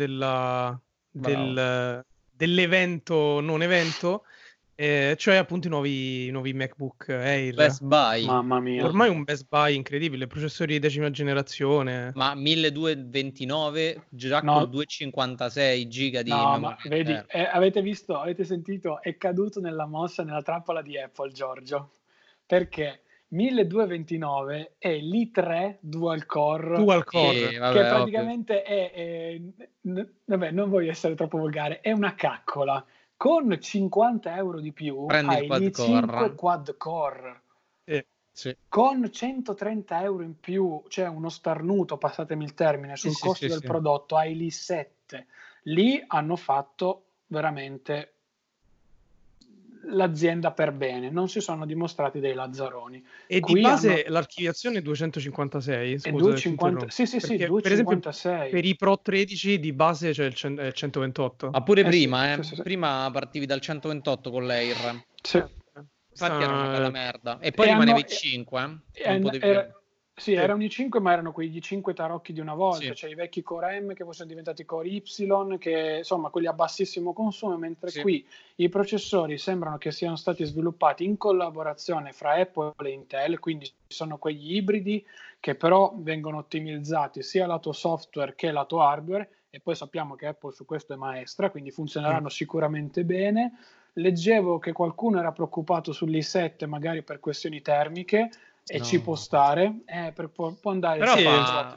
dell'evento, non evento, cioè appunto i nuovi MacBook Air. Best Buy. Mamma mia. Ormai un Best Buy incredibile, processori di 10ª generazione. Ma 1229 già No. con 256 giga di No, memoria ma vedi, interna. avete sentito, è caduto nella mossa, nella trappola di Apple, Giorgio, perché 1229 è l'i3 dual core, Core. che praticamente vabbè, non voglio essere troppo volgare, è una caccola. Con 50 euro di più Prendi il hai quad l'i5 core. quad core. Sì. Con 130 euro in più, cioè uno starnuto, passatemi il termine, sul costo del prodotto, hai l'i7. Lì hanno fatto veramente l'azienda per bene, non si sono dimostrati dei lazzaroni. E Qui di base l'archiviazione è 256, è scusa, 250, sì, perché 256. per esempio per i Pro 13 di base c'è il 128. Ma pure prima, sì. Prima partivi dal 128 con l'Air. Sì. Infatti era una bella merda. E poi rimanevi 5, non potevi... Sì, erano i 5, ma erano quegli 5 tarocchi di una volta, Sì. cioè i vecchi Core M che poi sono diventati Core Y, che insomma quelli a bassissimo consumo, mentre qui i processori sembrano che siano stati sviluppati in collaborazione fra Apple e Intel, quindi sono quegli ibridi che però vengono ottimizzati sia lato software che lato hardware, e poi sappiamo che Apple su questo è maestra, quindi funzioneranno sicuramente bene. Leggevo che qualcuno era preoccupato sull'i7 magari per questioni termiche, e ci può stare, può andare, però fa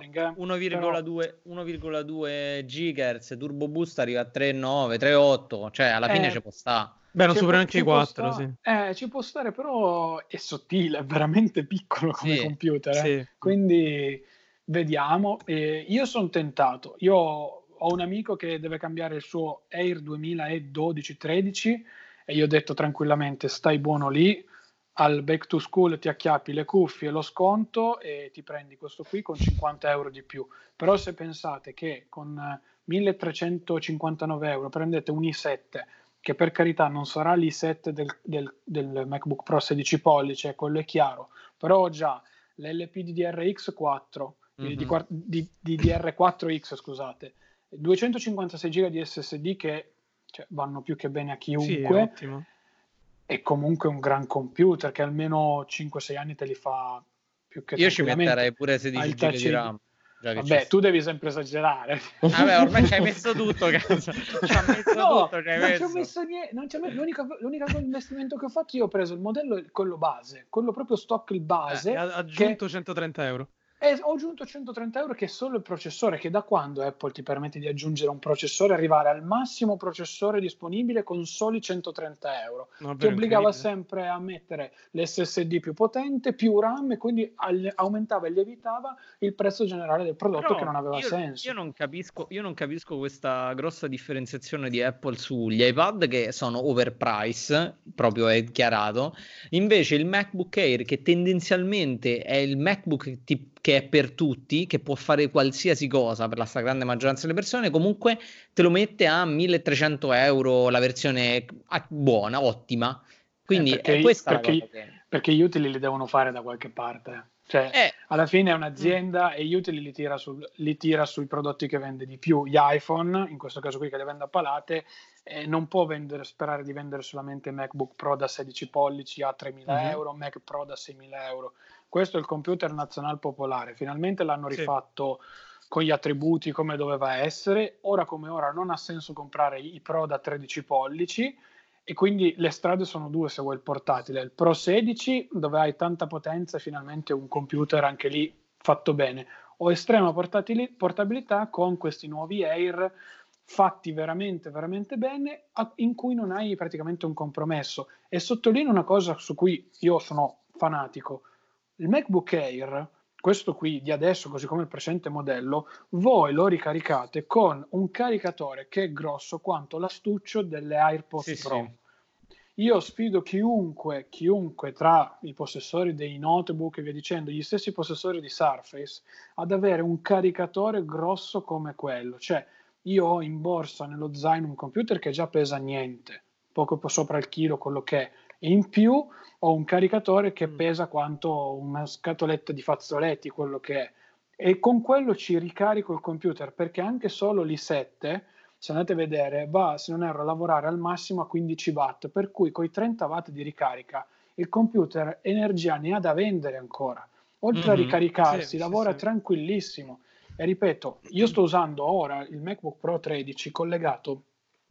1,2 GHz Turbo Boost arriva a 3,9, 3,8, cioè alla fine ci può stare. Beh, non supera anche i 4, sì. Ci può stare, però è sottile, è veramente piccolo come computer, sì. Quindi vediamo. Io sono tentato, io ho un amico che deve cambiare il suo Air 2012-13 e io ho detto tranquillamente stai buono lì, al back to school ti acchiappi le cuffie e lo sconto e ti prendi questo qui con 50 euro di più. Però se pensate che con 1359 euro prendete un i7, che per carità non sarà l'i7 del MacBook Pro 16 pollici, quello è chiaro, però ho già l'LP DDR4, di DDR4X, scusate, 256 GB di SSD che vanno più che bene a chiunque, sì, ottimo. E comunque un gran computer che almeno 5-6 anni te li fa più che Io ci tranquillamente. metterei pure 16 GB di RAM. Vabbè, tu devi sempre esagerare. Vabbè, ormai ci hai messo tutto, cazzo. Ci ha messo tutto, non ci ho messo niente. L'unico investimento che ho fatto, io ho preso il modello, quello base, quello proprio stock, il base. Ha aggiunto 130 euro. Ho aggiunto 130 euro, che è solo il processore, che da quando Apple ti permette di aggiungere un processore, arrivare al massimo processore disponibile con soli 130 euro. Ti obbligava sempre a mettere l'SSD più potente, più RAM, e quindi aumentava e lievitava il prezzo generale del prodotto. Però che non aveva senso. Io non capisco questa grossa differenziazione di Apple sugli iPad, che sono overpriced, proprio è dichiarato. Invece il MacBook Air, che tendenzialmente è il MacBook che è per tutti, che può fare qualsiasi cosa per la stragrande maggioranza delle persone, comunque te lo mette a 1.300 euro la versione buona, ottima. Quindi è questa la cosa perché gli utili li devono fare da qualche parte. Cioè, alla fine è un'azienda e gli utili li tira sui prodotti che vende di più. Gli iPhone, in questo caso qui, che le vende a palate, non può sperare di vendere solamente MacBook Pro da 16 pollici a 3.000 euro, Mac Pro da 6.000 euro. Questo è il computer nazionale popolare. Finalmente l'hanno rifatto con gli attributi come doveva essere. Ora come ora non ha senso comprare i Pro da 13 pollici, e quindi le strade sono due se vuoi il portatile. Il Pro 16, dove hai tanta potenza e finalmente un computer anche lì fatto bene, o estrema portabilità con questi nuovi Air fatti veramente veramente bene, in cui non hai praticamente un compromesso. E sottolineo una cosa su cui io sono fanatico: il MacBook Air, questo qui di adesso, così come il precedente modello, voi lo ricaricate con un caricatore che è grosso quanto l'astuccio delle AirPods Pro. Sì. Io sfido chiunque tra i possessori dei notebook e via dicendo, gli stessi possessori di Surface, ad avere un caricatore grosso come quello. Cioè, io ho in borsa, nello zaino, un computer che già pesa niente, poco sopra il chilo, quello che è, e in più ho un caricatore che pesa quanto una scatoletta di fazzoletti, quello che è, e con quello ci ricarico il computer, perché anche solo l'i7, se andate a vedere, va, se non erro, a lavorare al massimo a 15 watt, per cui con i 30 watt di ricarica il computer energia ne ha da vendere ancora. Oltre a ricaricarsi, lavora tranquillissimo. E ripeto, io sto usando ora il MacBook Pro 13 collegato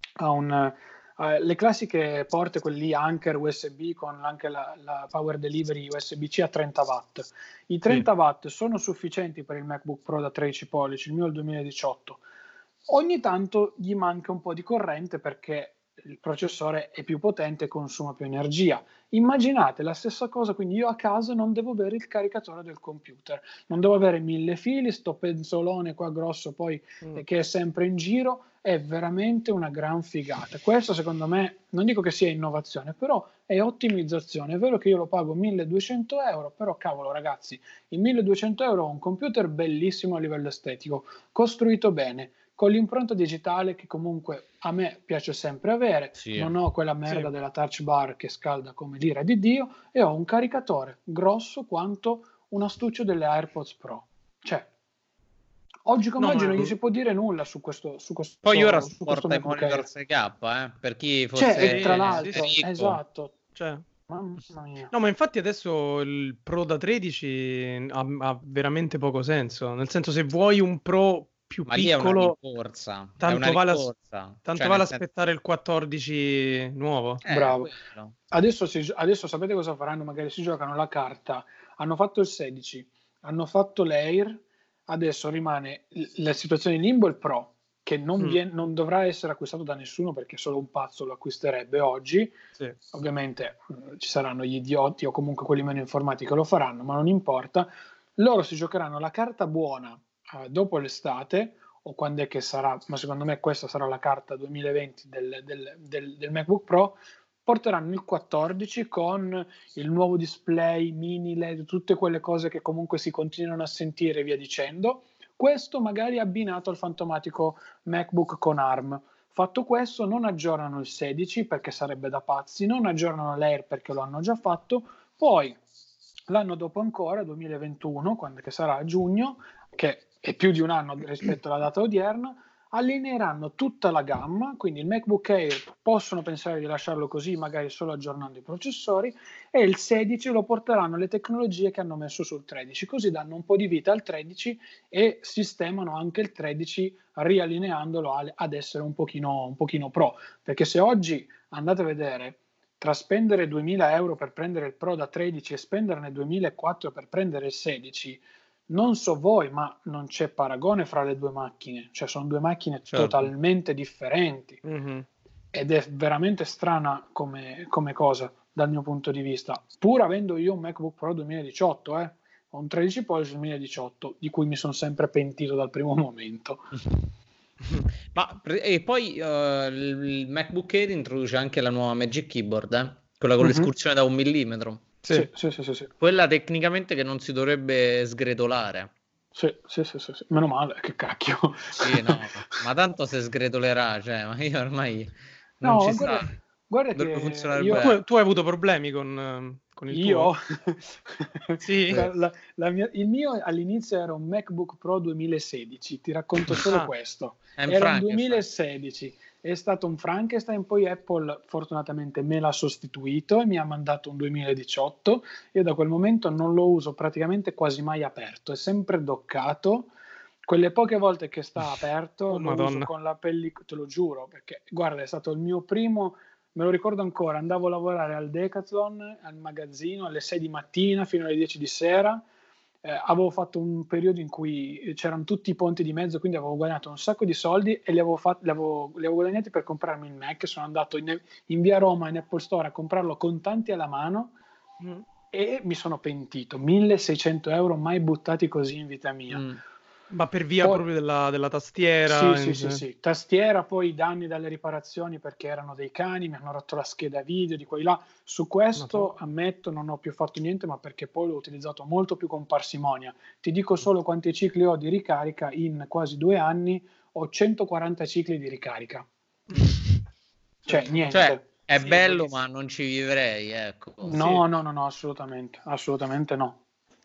a le classiche porte, quelli Anker USB, con anche la power delivery USB-C a 30 watt. I 30 watt sono sufficienti per il MacBook Pro da 13 pollici, il mio è il 2018. Ogni tanto gli manca un po' di corrente perché il processore è più potente e consuma più energia. Immaginate la stessa cosa, quindi io a casa non devo avere il caricatore del computer, non devo avere 1000 fili, sto penzolone qua grosso poi che è sempre in giro. È veramente una gran figata. Questo secondo me, non dico che sia innovazione, però è ottimizzazione. È vero che io lo pago 1.200 euro, però cavolo ragazzi, in 1.200 euro ho un computer bellissimo a livello estetico, costruito bene, con l'impronta digitale che comunque a me piace sempre avere, non ho quella merda della touch bar che scalda come l'ira di Dio, e ho un caricatore grosso quanto un astuccio delle AirPods Pro. Cioè, oggi come oggi non gli si può dire nulla su questo. Poi ora supporta i monitor 6K, per chi fosse tra l'altro, ricco. Esatto. Mamma mia. No, ma infatti adesso il Pro da 13 ha veramente poco senso. Nel senso, se vuoi un Pro più piccolo, tanto vale aspettare il 14 nuovo. Bravo. Adesso sapete cosa faranno? Magari si giocano la carta. Hanno fatto il 16, hanno fatto l'Air. Adesso rimane la situazione in limbo, il Pro, che non dovrà essere acquistato da nessuno perché solo un pazzo lo acquisterebbe oggi. Ovviamente ci saranno gli idioti o comunque quelli meno informati che lo faranno, ma non importa. Loro si giocheranno la carta buona dopo l'estate o quando è che sarà, ma secondo me questa sarà la carta 2020 del MacBook Pro. Porteranno il 14 con il nuovo display mini LED, tutte quelle cose che comunque si continuano a sentire e via dicendo. Questo magari abbinato al fantomatico MacBook con ARM. Fatto questo, non aggiornano il 16 perché sarebbe da pazzi, non aggiornano l'Air perché lo hanno già fatto, poi l'anno dopo ancora, 2021, quando che sarà a giugno, che è più di un anno rispetto alla data odierna, allineeranno tutta la gamma, quindi il MacBook Air possono pensare di lasciarlo così, magari solo aggiornando i processori, e il 16 lo porteranno alle tecnologie che hanno messo sul 13, così danno un po' di vita al 13 e sistemano anche il 13 riallineandolo ad essere un pochino pro, perché se oggi andate a vedere, tra spendere 2.000 euro per prendere il Pro da 13 e spenderne 2.400 per prendere il 16, non so voi, ma non c'è paragone fra le due macchine, cioè sono due macchine totalmente differenti, ed è veramente strana come cosa dal mio punto di vista, pur avendo io un MacBook Pro 2018, ho un 13 pollici 2018, di cui mi sono sempre pentito dal primo momento. E poi il MacBook Air introduce anche la nuova Magic Keyboard, quella con l'escursione da 1 millimetro. Sì. Quella tecnicamente che non si dovrebbe sgretolare. Sì. Meno male, che cacchio. Sì, no, ma tanto se sgretolerà, cioè, ma io ormai non ci sta. Guarda dovrebbe che funzionare bene. Tu hai avuto problemi con il tuo? Sì. Il mio all'inizio era un MacBook Pro 2016, ti racconto solo questo. Era un 2016, è stato un Frankenstein, poi Apple fortunatamente me l'ha sostituito e mi ha mandato un 2018. Io da quel momento non lo uso praticamente quasi mai aperto, è sempre doccato. Quelle poche volte che sta aperto lo uso con la pellicola, te lo giuro, perché guarda, è stato il mio primo. Me lo ricordo ancora, andavo a lavorare al Decathlon, al magazzino, alle 6 di mattina fino alle 10 di sera. Avevo fatto un periodo in cui c'erano tutti i ponti di mezzo, quindi avevo guadagnato un sacco di soldi e li avevo guadagnati per comprarmi il Mac. Sono andato in via Roma, in Apple Store, a comprarlo contanti alla mano e mi sono pentito. 1.600 euro mai buttati così in vita mia. Ma per via proprio della tastiera? Sì. Tastiera, poi danni dalle riparazioni perché erano dei cani, mi hanno rotto la scheda video di qua e là. Su questo ammetto non ho più fatto niente, ma perché poi l'ho utilizzato molto più con parsimonia. Ti dico solo quanti cicli ho di ricarica in quasi 2 anni, ho 140 cicli di ricarica. Cioè, niente. Cioè, è bello, ma non ci vivrei, ecco. No, assolutamente no.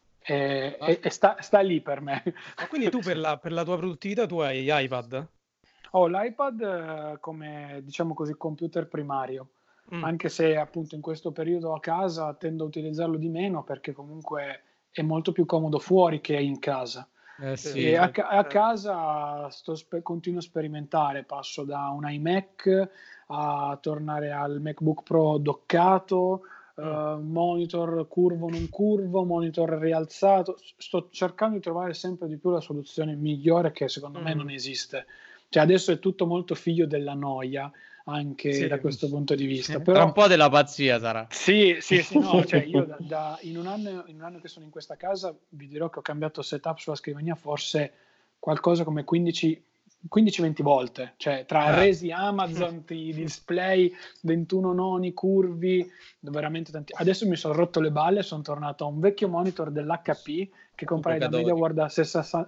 E sta lì per me. Ma quindi tu per la tua produttività tu hai iPad? Ho l'iPad come, diciamo così, computer primario, anche se appunto in questo periodo a casa tendo a utilizzarlo di meno perché comunque è molto più comodo fuori che in casa. E a casa continuo a sperimentare, passo da un iMac a tornare al MacBook Pro doccato, monitor curvo non curvo, monitor rialzato. Sto cercando di trovare sempre di più la soluzione migliore che secondo me non esiste. Cioè adesso è tutto molto figlio della noia anche da questo punto di vista. Però, tra un po' della pazzia sarà. Sì, no, cioè io in un anno che sono in questa casa vi dirò che ho cambiato setup sulla scrivania forse qualcosa come 15-20 volte, cioè tra resi Amazon, i display 21 noni curvi, veramente tanti. Adesso mi sono rotto le balle, sono tornato a un vecchio monitor dell'HP che comprai da MediaWorld a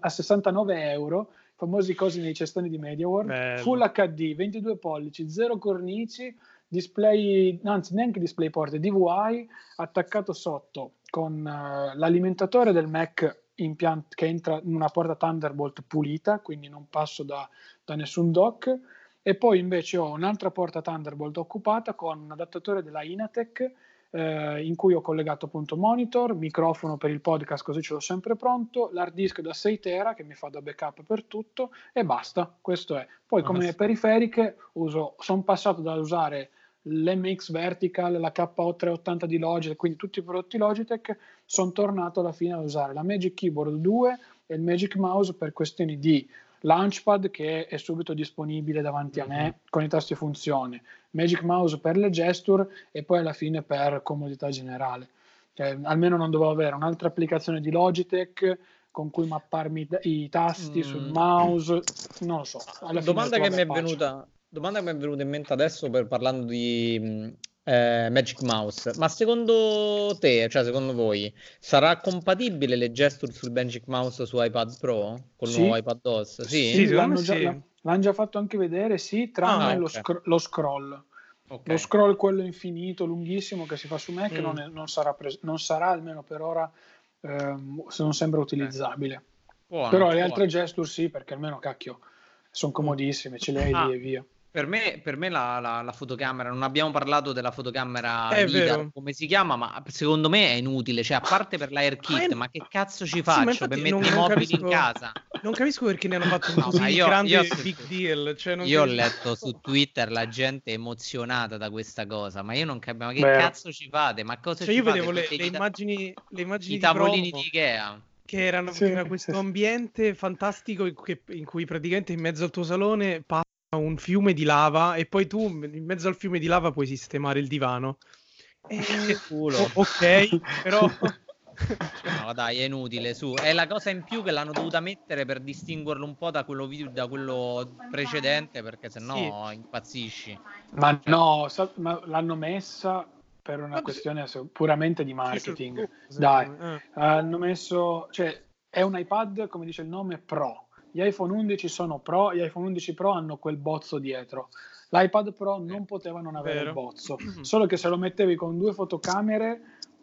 69 euro, famosi cosi nei cestoni di MediaWorld, Full HD, 22 pollici, 0 cornici, display, anzi neanche DisplayPort, DVI attaccato sotto con l'alimentatore del Mac che entra in una porta Thunderbolt pulita, quindi non passo da nessun dock, e poi invece ho un'altra porta Thunderbolt occupata con un adattatore della Inatec in cui ho collegato appunto monitor, microfono per il podcast così ce l'ho sempre pronto, l'hard disk da 6 tera che mi fa da backup per tutto e basta, questo è. Poi come periferiche sono passato da usare l'MX Vertical, la KO380 di Logitech, quindi tutti i prodotti Logitech, sono tornato alla fine a usare la Magic Keyboard 2 e il Magic Mouse per questioni di Launchpad che è subito disponibile davanti a me con i tasti funzione, Magic Mouse per le gesture e poi alla fine per comodità generale. Almeno non dovevo avere un'altra applicazione di Logitech con cui mapparmi i tasti sul mouse, non lo so. Domanda che mi è venuta in mente adesso parlando di Magic Mouse, ma secondo te, cioè secondo voi, sarà compatibile le gesture sul Magic Mouse su iPad Pro con il nuovo iPad OS? Sì, l'hanno già fatto anche vedere, sì, tranne lo scroll. Lo scroll, quello infinito, lunghissimo che si fa su Mac, non sarà almeno per ora, se non sembra utilizzabile. Però le altre gesture sì, perché almeno cacchio sono comodissime, ce le hai lì e via. Per me la fotocamera, non abbiamo parlato della fotocamera È LiDAR, vero. come si chiama, ma secondo me è inutile, cioè a parte per l'AirKit, ma che cazzo ci faccio per mettere i mobili in casa? Non capisco perché ne hanno fatto un No, così ma grande big deal. Cioè, io ho letto su Twitter la gente emozionata da questa cosa, ma io non capisco, ma che Vero. cazzo ci fate? Ma cosa Cioè, ci io fate? vedevo le immagini I di tavolini promo, di Ikea. che era questo ambiente fantastico in cui praticamente in mezzo al tuo salone passa un fiume di lava e poi tu in mezzo al fiume di lava puoi sistemare il divano. Che culo. Ok, però no, dai, è inutile, su. È la cosa in più che l'hanno dovuta mettere per distinguerlo un po' da quello da quello precedente, perché sennò impazzisci. Ma no, ma l'hanno messa per una questione puramente di marketing. Dai, hanno messo, cioè, è un iPad, come dice il nome, Pro. Gli iPhone 11 sono Pro, gli iPhone 11 Pro hanno quel bozzo dietro. L'iPad Pro non poteva non avere il bozzo, solo che se lo mettevi con 2 fotocamere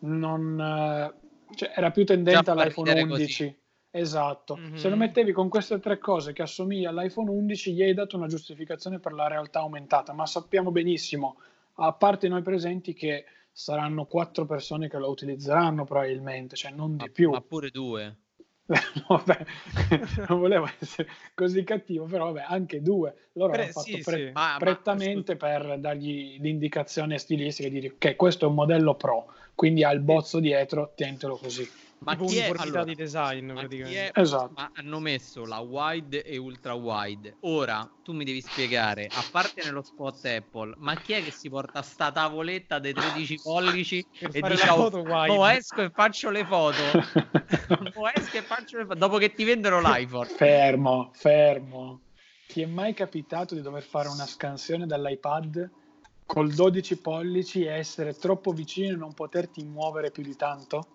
cioè, era più tendente all'iPhone 11. Così. Esatto. Se lo mettevi con queste 3 cose che assomiglia all'iPhone 11, gli hai dato una giustificazione per la realtà aumentata, ma sappiamo benissimo, a parte noi presenti, che saranno 4 persone che lo utilizzeranno probabilmente, cioè non di più. Ma pure 2. Vabbè, non volevo essere così cattivo, però vabbè, anche 2. Loro hanno fatto prettamente per dargli l'indicazione stilistica e dire che questo è un modello Pro, quindi ha il bozzo dietro, tientelo così. Ma tipo chi è, uniformità di design praticamente. Esatto. Ma hanno messo la wide e ultra wide. Ora tu mi devi spiegare, a parte nello spot Apple, ma chi è che si porta sta tavoletta dei 13 pollici e dice esco e faccio le foto? Esco e faccio le foto dopo che ti vendono l'iPhone. Fermo. Ti è mai capitato di dover fare una scansione dall'iPad col 12 pollici e essere troppo vicino e non poterti muovere più di tanto?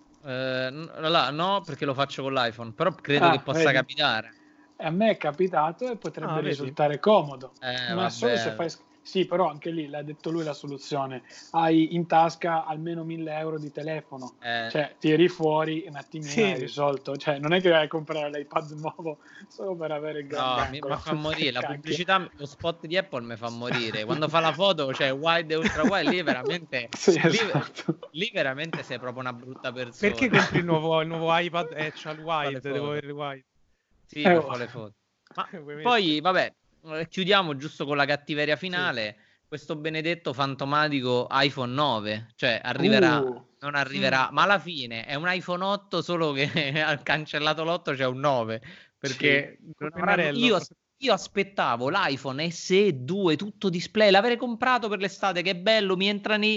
No, perché lo faccio con l'iPhone, però credo che possa capitare. A me è capitato e potrebbe risultare comodo, ma vabbè. solo se fai... Sì, però anche lì l'ha detto lui la soluzione. Hai in tasca almeno 1.000 euro di telefono, cioè tiri fuori un attimino e hai risolto. Cioè non è che vai a comprare l'iPad nuovo solo per avere il grande angolo. Mi fa morire, la pubblicità, lo spot di Apple mi fa morire. Quando fa la foto, cioè wide e ultra wide, lì veramente lì veramente sei proprio una brutta persona. Perché compri il nuovo iPad e c'ha il wide, devo avere il wide. Sì, mi fa le foto. Ma poi, vabbè, chiudiamo giusto con la cattiveria finale. Questo benedetto fantomatico iPhone 9, cioè arriverà, non arriverà, ma alla fine è un iPhone 8, solo che ha cancellato l'8, c'è un 9, perché non avranno... Io aspettavo l'iPhone SE 2 tutto display, l'avrei comprato per l'estate, che è bello, mi entra nei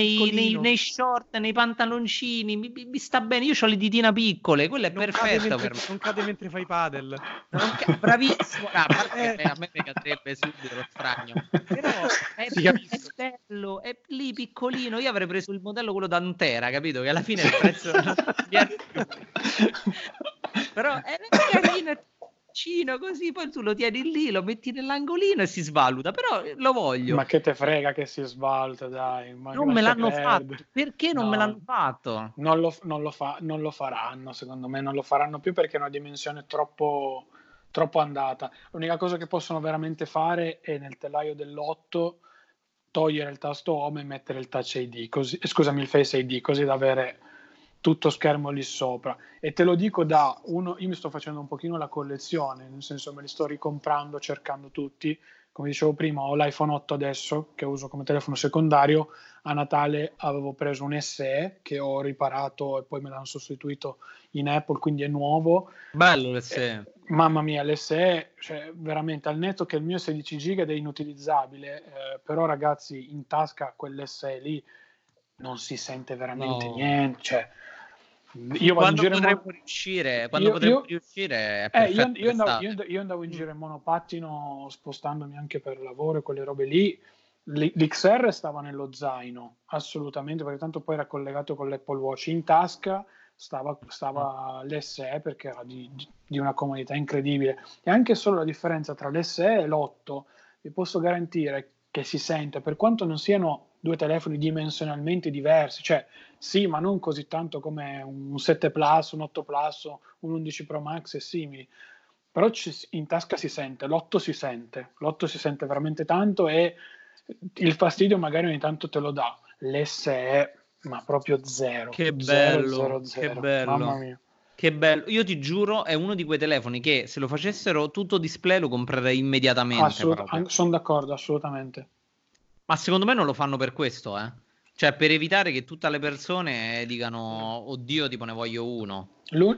short, nei pantaloncini, mi sta bene. Io ho le ditina piccole, quello è perfetto per me. Non cade mentre fai padel. Bravissimo, a me mi cadrebbe subito lo stragno. Però è bello, è lì piccolino. Io avrei preso il modello quello da Antera, capito? Che alla fine il prezzo però è carino, così, poi tu lo tieni lì, lo metti nell'angolino e si svaluta, però lo voglio. Ma che te frega che si svaluta, dai. Ma non me l'hanno fatto. Perché non me l'hanno fatto? Non lo faranno, secondo me non lo faranno più, perché è una dimensione troppo andata. L'unica cosa che possono veramente fare è nel telaio dell'8 togliere il tasto home e mettere il touch ID, il Face ID, così da avere tutto schermo lì sopra. E te lo dico io mi sto facendo un pochino la collezione, nel senso me li sto ricomprando, cercando tutti. Come dicevo prima, ho l'iPhone 8 adesso che uso come telefono secondario. A Natale avevo preso un SE che ho riparato e poi me l'hanno sostituito in Apple, quindi è nuovo. Bello l'SE. Mamma mia, l'SE, cioè veramente, al netto che il mio 16 giga ed è inutilizzabile, però ragazzi, in tasca quell'SE lì non si sente veramente niente, cioè io quando potremmo riuscire è perfetto. Io andavo in giro in monopattino, spostandomi anche per lavoro e quelle robe lì. L'XR stava nello zaino, assolutamente, perché tanto poi era collegato con l'Apple Watch. In tasca stava l'SE, perché era di una comodità incredibile. E anche solo la differenza tra l'SE e l'8 vi posso garantire che si sente, per quanto non siano due telefoni dimensionalmente diversi, cioè sì, ma non così tanto come un 7 Plus, un 8 Plus, un 11 Pro Max e simili, però in tasca si sente, l'8 si sente veramente tanto, e il fastidio magari ogni tanto te lo dà, l'SE ma proprio zero, Che zero, bello, zero, che zero, mamma bello. mia. Che bello. Io ti giuro, è uno di quei telefoni che se lo facessero tutto display lo comprerei immediatamente proprio. Sono d'accordo, assolutamente. Ma secondo me non lo fanno per questo, eh. Cioè, per evitare che tutte le persone dicano, oddio, tipo ne voglio uno.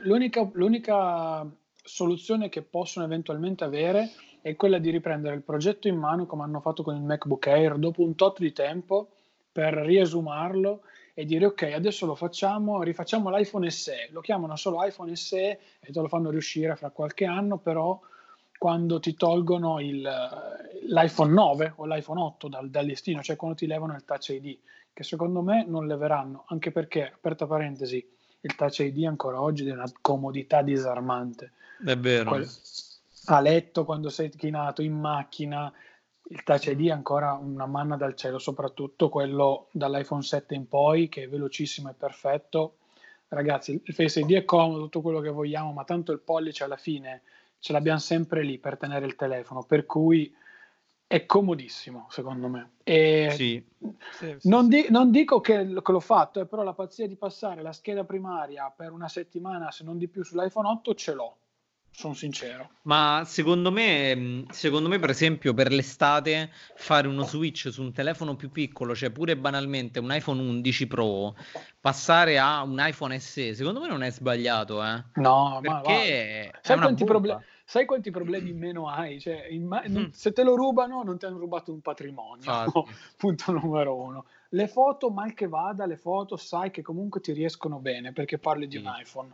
L'unica soluzione che possono eventualmente avere è quella di riprendere il progetto in mano, come hanno fatto con il MacBook Air, dopo un tot di tempo, per riesumarlo e dire ok, adesso lo facciamo, rifacciamo l'iPhone SE, lo chiamano solo iPhone SE e te lo fanno riuscire fra qualche anno, però quando ti tolgono l'iPhone 9 o l'iPhone 8 dal listino, cioè quando ti levano il Touch ID, che secondo me non leveranno, anche perché, aperta parentesi, il Touch ID ancora oggi è una comodità disarmante. È vero. A letto, quando sei chinato, in macchina, il Touch ID è ancora una manna dal cielo, soprattutto quello dall'iPhone 7 in poi, che è velocissimo e perfetto. Ragazzi, il Face ID è comodo, tutto quello che vogliamo, ma tanto il pollice alla fine ce l'abbiamo sempre lì per tenere il telefono, per cui è comodissimo secondo me. E Sì. Non dico che l'ho fatto, però la pazzia di passare la scheda primaria per una settimana, se non di più, sull'iPhone 8 ce l'ho, sono sincero. Ma secondo me, per esempio, per l'estate fare uno switch su un telefono più piccolo, cioè pure banalmente un iPhone 11 Pro, passare a un iPhone SE, secondo me non è sbagliato, No, perché ma è una bomba. sai quanti problemi meno hai? Cioè, se te lo rubano, non ti hanno rubato un patrimonio. Punto numero uno. Le foto, mal che vada, le foto sai che comunque ti riescono bene perché parli di un iPhone.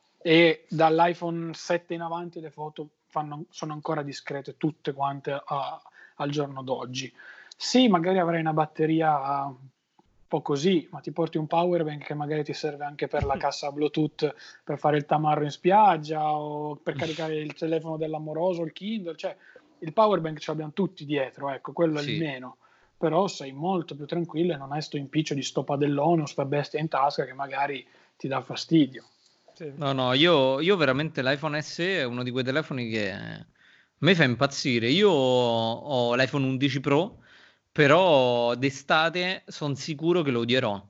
E dall'iPhone 7 in avanti le foto sono ancora discrete tutte quante al giorno d'oggi. Sì, magari avrai una batteria un po' così, ma ti porti un power bank che magari ti serve anche per la cassa Bluetooth per fare il tamarro in spiaggia o per caricare il telefono dell'amoroso, il Kindle, cioè il power bank ce l'abbiamo tutti dietro, ecco, quello è il meno. Però sei molto più tranquillo e non hai sto impiccio di sto padellone o sta bestia in tasca che magari ti dà fastidio. No, io veramente l'iPhone SE è uno di quei telefoni che a me fa impazzire. Io ho l'iPhone 11 Pro, però d'estate sono sicuro che lo odierò,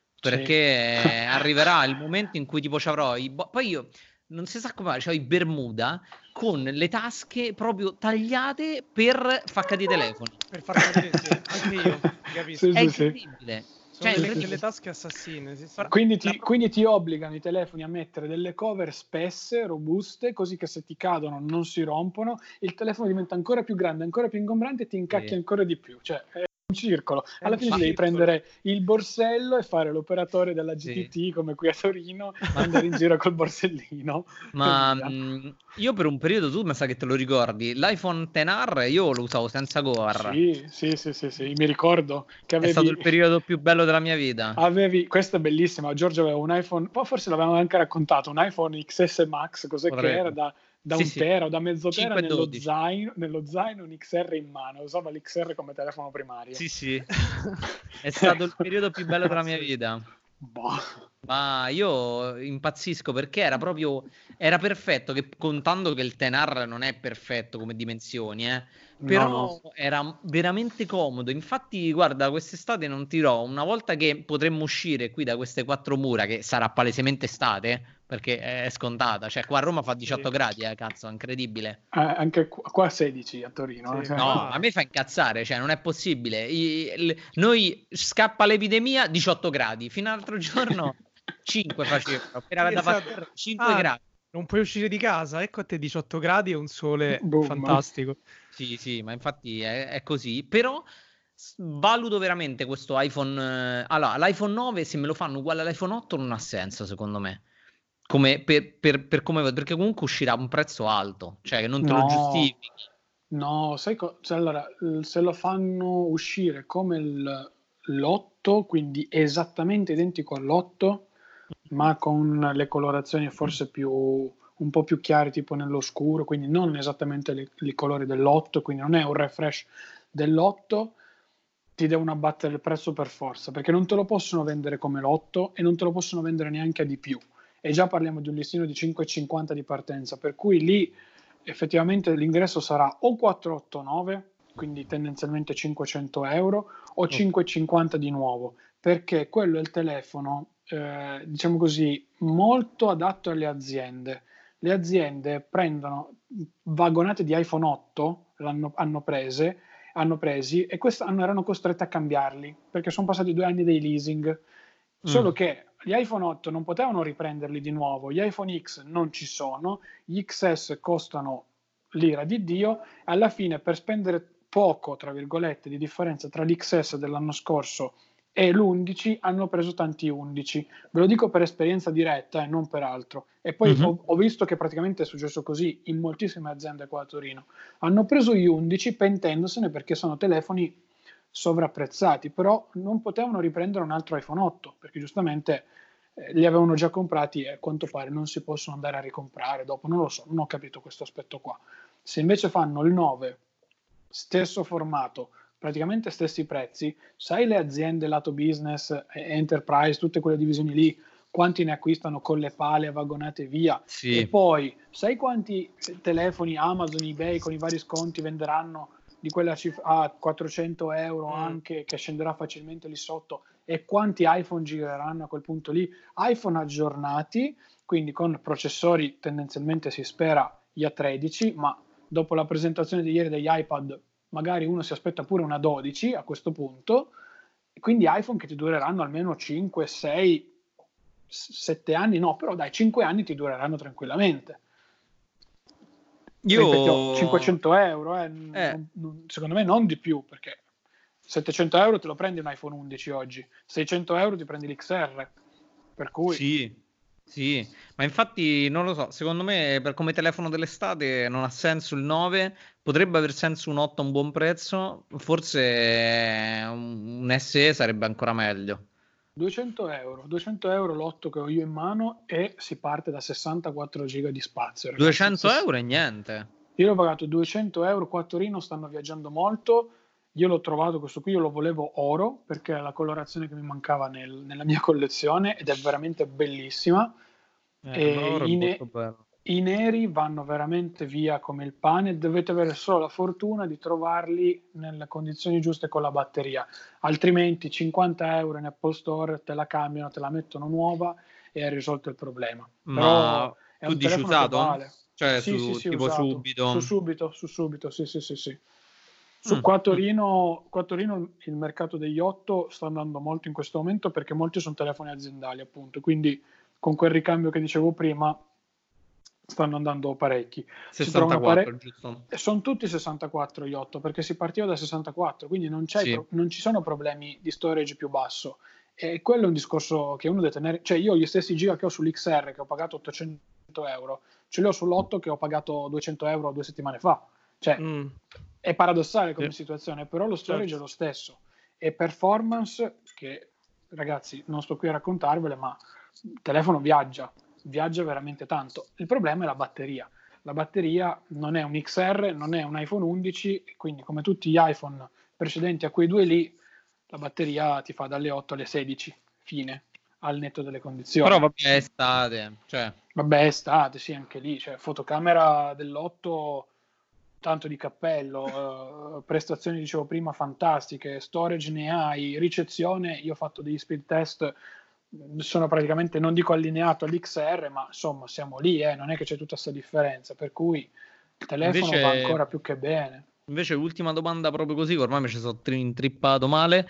perché arriverà il momento in cui tipo ci avrò poi io non si sa come fare, c'ho i Bermuda con le tasche proprio tagliate per far cadere i telefoni. Per far cadere, anche io, capisco. È incredibile. Sono delle tasche assassine. Quindi ti obbligano i telefoni a mettere delle cover spesse, robuste, così che se ti cadono non si rompono, il telefono diventa ancora più grande, ancora più ingombrante e ti incacchi ancora di più. Cioè, è un circolo. Alla fine devi prendere il borsello e fare l'operatore della GTT come qui a Torino, andare in giro col borsellino. Ma io per un periodo, tu mi sa che te lo ricordi, l'iPhone XR io lo usavo senza Goar. Sì, mi ricordo che è stato il periodo più bello della mia vita. Questo è bellissimo, Giorgio aveva un iPhone, forse l'avevamo anche raccontato, un iPhone XS Max, che era da un tera o da mezzo tera nello zaino, un XR in mano, usava l'XR come telefono primario. Sì. È stato il periodo più bello della mia vita. Ma io impazzisco perché era perfetto, contando che il XR non è perfetto come dimensioni, però era veramente comodo. Infatti, guarda, quest'estate non ti dirò, una volta che potremmo uscire qui da queste quattro mura, che sarà palesemente estate, perché è scontata, cioè qua a Roma fa 18 gradi, cazzo, incredibile. Anche qua 16 a Torino. No, a me fa incazzare, cioè non è possibile. Noi scappa l'epidemia, 18 gradi, fino all'altro giorno 5 facevano, era 5 gradi. Non puoi uscire di casa, ecco a te 18 gradi e un sole fantastico. Sì, ma infatti è così, però valuto veramente questo iPhone. Allora, l'iPhone 9 se me lo fanno uguale all'iPhone 8 non ha senso secondo me. Come per come, perché comunque uscirà a un prezzo alto, cioè che non te lo giustifichi. No, sai allora, se lo fanno uscire come l'8, quindi esattamente identico all'8, ma con le colorazioni forse un po' più chiare, tipo nell'oscuro, quindi non esattamente i colori dell'8, quindi non è un refresh dell'8, ti devono abbattere il prezzo per forza, perché non te lo possono vendere come l'8 e non te lo possono vendere neanche a di più. E già parliamo di un listino di 5,50 di partenza, per cui lì effettivamente l'ingresso sarà o 489, quindi tendenzialmente 500 euro, o 5,50 di nuovo, perché quello è il telefono, diciamo così, molto adatto alle aziende. Le aziende prendono vagonate di iPhone 8, hanno presi e quest'anno erano costrette a cambiarli, perché sono passati 2 anni dei leasing. Solo che gli iPhone 8 non potevano riprenderli di nuovo, gli iPhone X non ci sono, gli XS costano l'ira di Dio, alla fine per spendere poco, tra virgolette, di differenza tra l'XS dell'anno scorso e l'11 hanno preso tanti 11. Ve lo dico per esperienza diretta e non per altro. E poi ho visto che praticamente è successo così in moltissime aziende qua a Torino. Hanno preso gli 11 pentendosene perché sono telefoni sovrapprezzati, però non potevano riprendere un altro iPhone 8 perché giustamente li avevano già comprati e a quanto pare non si possono andare a ricomprare dopo, non lo so, non ho capito questo aspetto qua. Se invece fanno il 9, stesso formato, praticamente stessi prezzi, sai le aziende lato business, enterprise, tutte quelle divisioni lì, quanti ne acquistano con le pale vagonate via, Sì. e poi sai quanti telefoni Amazon, eBay con i vari sconti venderanno di quella cifra a 400 euro anche, che scenderà facilmente lì sotto, e quanti iPhone gireranno a quel punto lì, iPhone aggiornati, quindi con processori tendenzialmente si spera gli A13, ma dopo la presentazione di ieri degli iPad magari uno si aspetta pure una 12 a questo punto, quindi iPhone che ti dureranno almeno 5, 6, 7 anni, no, però dai, 5 anni ti dureranno tranquillamente. Ripeto, 500 euro, secondo me non di più, perché 700 euro te lo prendi un iPhone 11 oggi, 600 euro ti prendi l'XR, per cui... Sì, ma infatti non lo so, secondo me per come telefono dell'estate non ha senso il 9, potrebbe aver senso un 8 a un buon prezzo, forse un SE sarebbe ancora meglio. 200 euro l'8 che ho io in mano e si parte da 64 giga di spazio. Ragazzi. 200 euro è niente. Io l'ho pagato 200 euro, qua a Torino stanno viaggiando molto, io l'ho trovato questo qui, io lo volevo oro perché è la colorazione che mi mancava nella mia collezione ed è veramente bellissima. I neri vanno veramente via come il pane, dovete avere solo la fortuna di trovarli nelle condizioni giuste con la batteria, altrimenti 50 euro in Apple Store te la cambiano, te la mettono nuova e hai risolto il problema. Ma però è tu un dici telefono usato? che vale. Cioè Sì, tipo usato. subito? Su subito, sì. Qua a Torino il mercato degli 8 sta andando molto in questo momento perché molti sono telefoni aziendali, appunto, quindi con quel ricambio che dicevo prima stanno andando parecchi. 64, giusto? Sono tutti 64 gli 8 perché si partiva da 64, quindi non ci sono problemi di storage più basso. E quello è un discorso che uno deve tenere, cioè io gli stessi giga che ho sull'XR che ho pagato 800 euro, ce li ho sull'8 che ho pagato 200 euro 2 settimane fa. Cioè, è paradossale come situazione, però lo storage è lo stesso. E performance, che ragazzi non sto qui a raccontarvele, ma il telefono viaggia veramente tanto. Il problema è la batteria. La batteria non è un XR, non è un iPhone 11, quindi come tutti gli iPhone precedenti a quei due lì, la batteria ti fa dalle 8 alle 16, fine, al netto delle condizioni. Però vabbè, è estate, cioè. Vabbè, è estate, sì, anche lì, cioè fotocamera dell'8 tanto di cappello, prestazioni dicevo prima fantastiche, storage ne hai, ricezione, io ho fatto degli speed test, sono praticamente, non dico allineato all'XR, ma insomma siamo lì, non è che c'è tutta questa differenza, per cui il telefono va ancora più che bene. Invece ultima domanda proprio così, ormai mi ci sono intrippato male,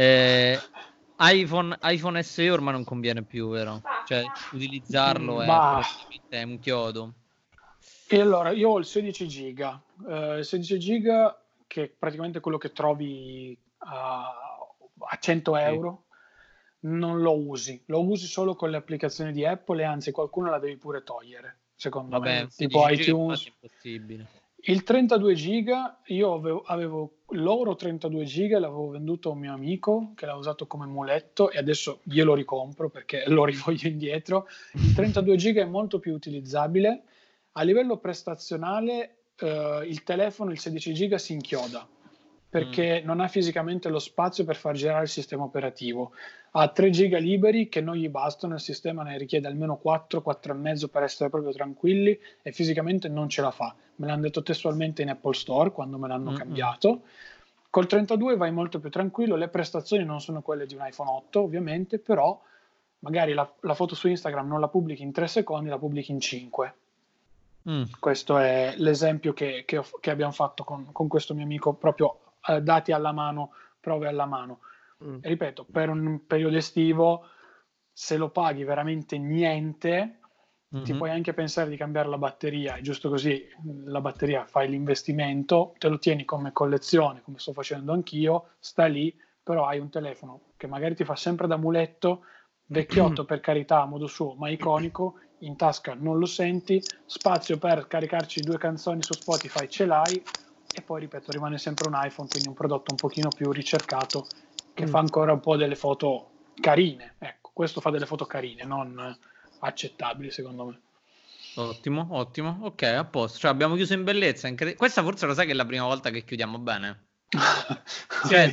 iPhone SE ormai non conviene più, vero? Cioè utilizzarlo è un chiodo. E allora io ho il 16 giga, che è praticamente quello che trovi a 100 euro, non lo usi solo con le applicazioni di Apple e anzi qualcuno la devi pure togliere, secondo me, tipo iTunes. È impossibile. Il 32 giga, io avevo l'oro 32 giga, l'avevo venduto a un mio amico che l'ha usato come muletto e adesso glielo ricompro perché lo rivoglio indietro. Il 32 giga è molto più utilizzabile. A livello prestazionale il telefono, il 16 giga si inchioda perché non ha fisicamente lo spazio per far girare il sistema operativo. Ha 3 giga liberi che non gli bastano, il sistema ne richiede almeno 4, 4,5 per essere proprio tranquilli e fisicamente non ce la fa. Me l'hanno detto testualmente in Apple Store quando me l'hanno cambiato. Col 32 vai molto più tranquillo, le prestazioni non sono quelle di un iPhone 8 ovviamente, però magari la foto su Instagram non la pubblichi in 3 secondi, la pubblichi in 5. Questo è l'esempio che abbiamo fatto con questo mio amico, proprio dati alla mano, prove alla mano. E ripeto, per un periodo estivo, se lo paghi veramente niente, ti puoi anche pensare di cambiare la batteria, è giusto così, la batteria fai l'investimento, te lo tieni come collezione, come sto facendo anch'io, sta lì, però hai un telefono che magari ti fa sempre da muletto, vecchiotto per carità a modo suo, ma iconico, in tasca non lo senti, spazio per caricarci 2 canzoni su Spotify ce l'hai, e poi ripeto rimane sempre un iPhone, quindi un prodotto un pochino più ricercato che fa ancora un po' delle foto carine, ecco, questo fa delle foto carine, non accettabili secondo me. Ottimo, ok, a posto, cioè abbiamo chiuso in bellezza. Questa forse lo sai che è la prima volta che chiudiamo bene. Cioè,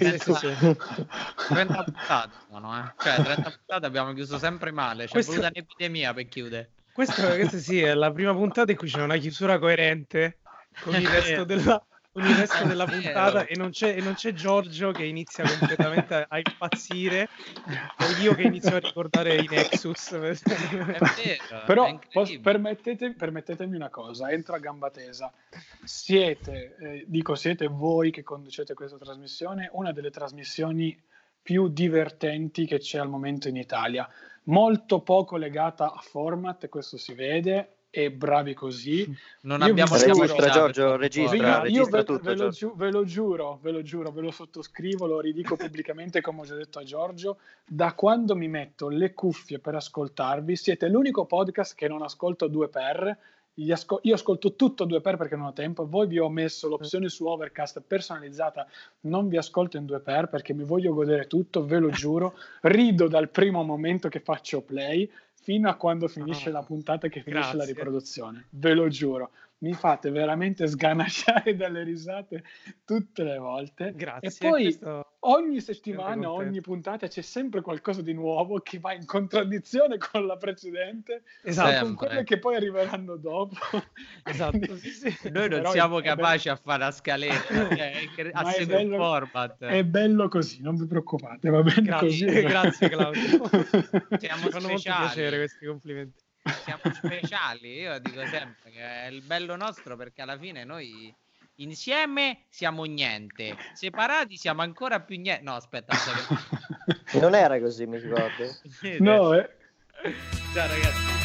30 puntate sono, cioè 30 puntate abbiamo chiuso sempre male, c'è voluta un'epidemia per chiudere. Questa sì è la prima puntata in cui c'è una chiusura coerente con il resto della puntata e non c'è Giorgio che inizia completamente a impazzire e io che inizio a ricordare i Nexus. È vero, però è permettetemi una cosa, entro a gamba tesa, siete voi che conducete questa trasmissione, una delle trasmissioni più divertenti che c'è al momento in Italia, molto poco legata a format, questo si vede, e bravi così. Non abbiamo registra Giorgio, registra tutto. Ve lo giuro, ve lo sottoscrivo, lo ridico pubblicamente come ho già detto a Giorgio, da quando mi metto le cuffie per ascoltarvi, siete l'unico podcast che non ascolto 2x. Io ascolto tutto 2x perché non ho tempo, voi vi ho messo l'opzione su Overcast personalizzata, non vi ascolto in 2x perché mi voglio godere tutto, ve lo giuro, rido dal primo momento che faccio play fino a quando finisce la puntata, che finisce la riproduzione, ve lo giuro, mi fate veramente sganasciare dalle risate tutte le volte. Grazie. E poi ogni settimana, ogni puntata c'è sempre qualcosa di nuovo che va in contraddizione con la precedente, esatto, con quelle che poi arriveranno dopo. Esatto. Noi non siamo capaci a fare la scaletta, a seguire il format. È bello così, non vi preoccupate, va bene così. Grazie Claudio. Siamo fanno molto piacere questi complimenti. Siamo speciali, io dico sempre che è il bello nostro, perché alla fine noi insieme siamo niente, separati siamo ancora più niente. No, aspetta, non era così, mi ricordo. No, Ciao ragazzi.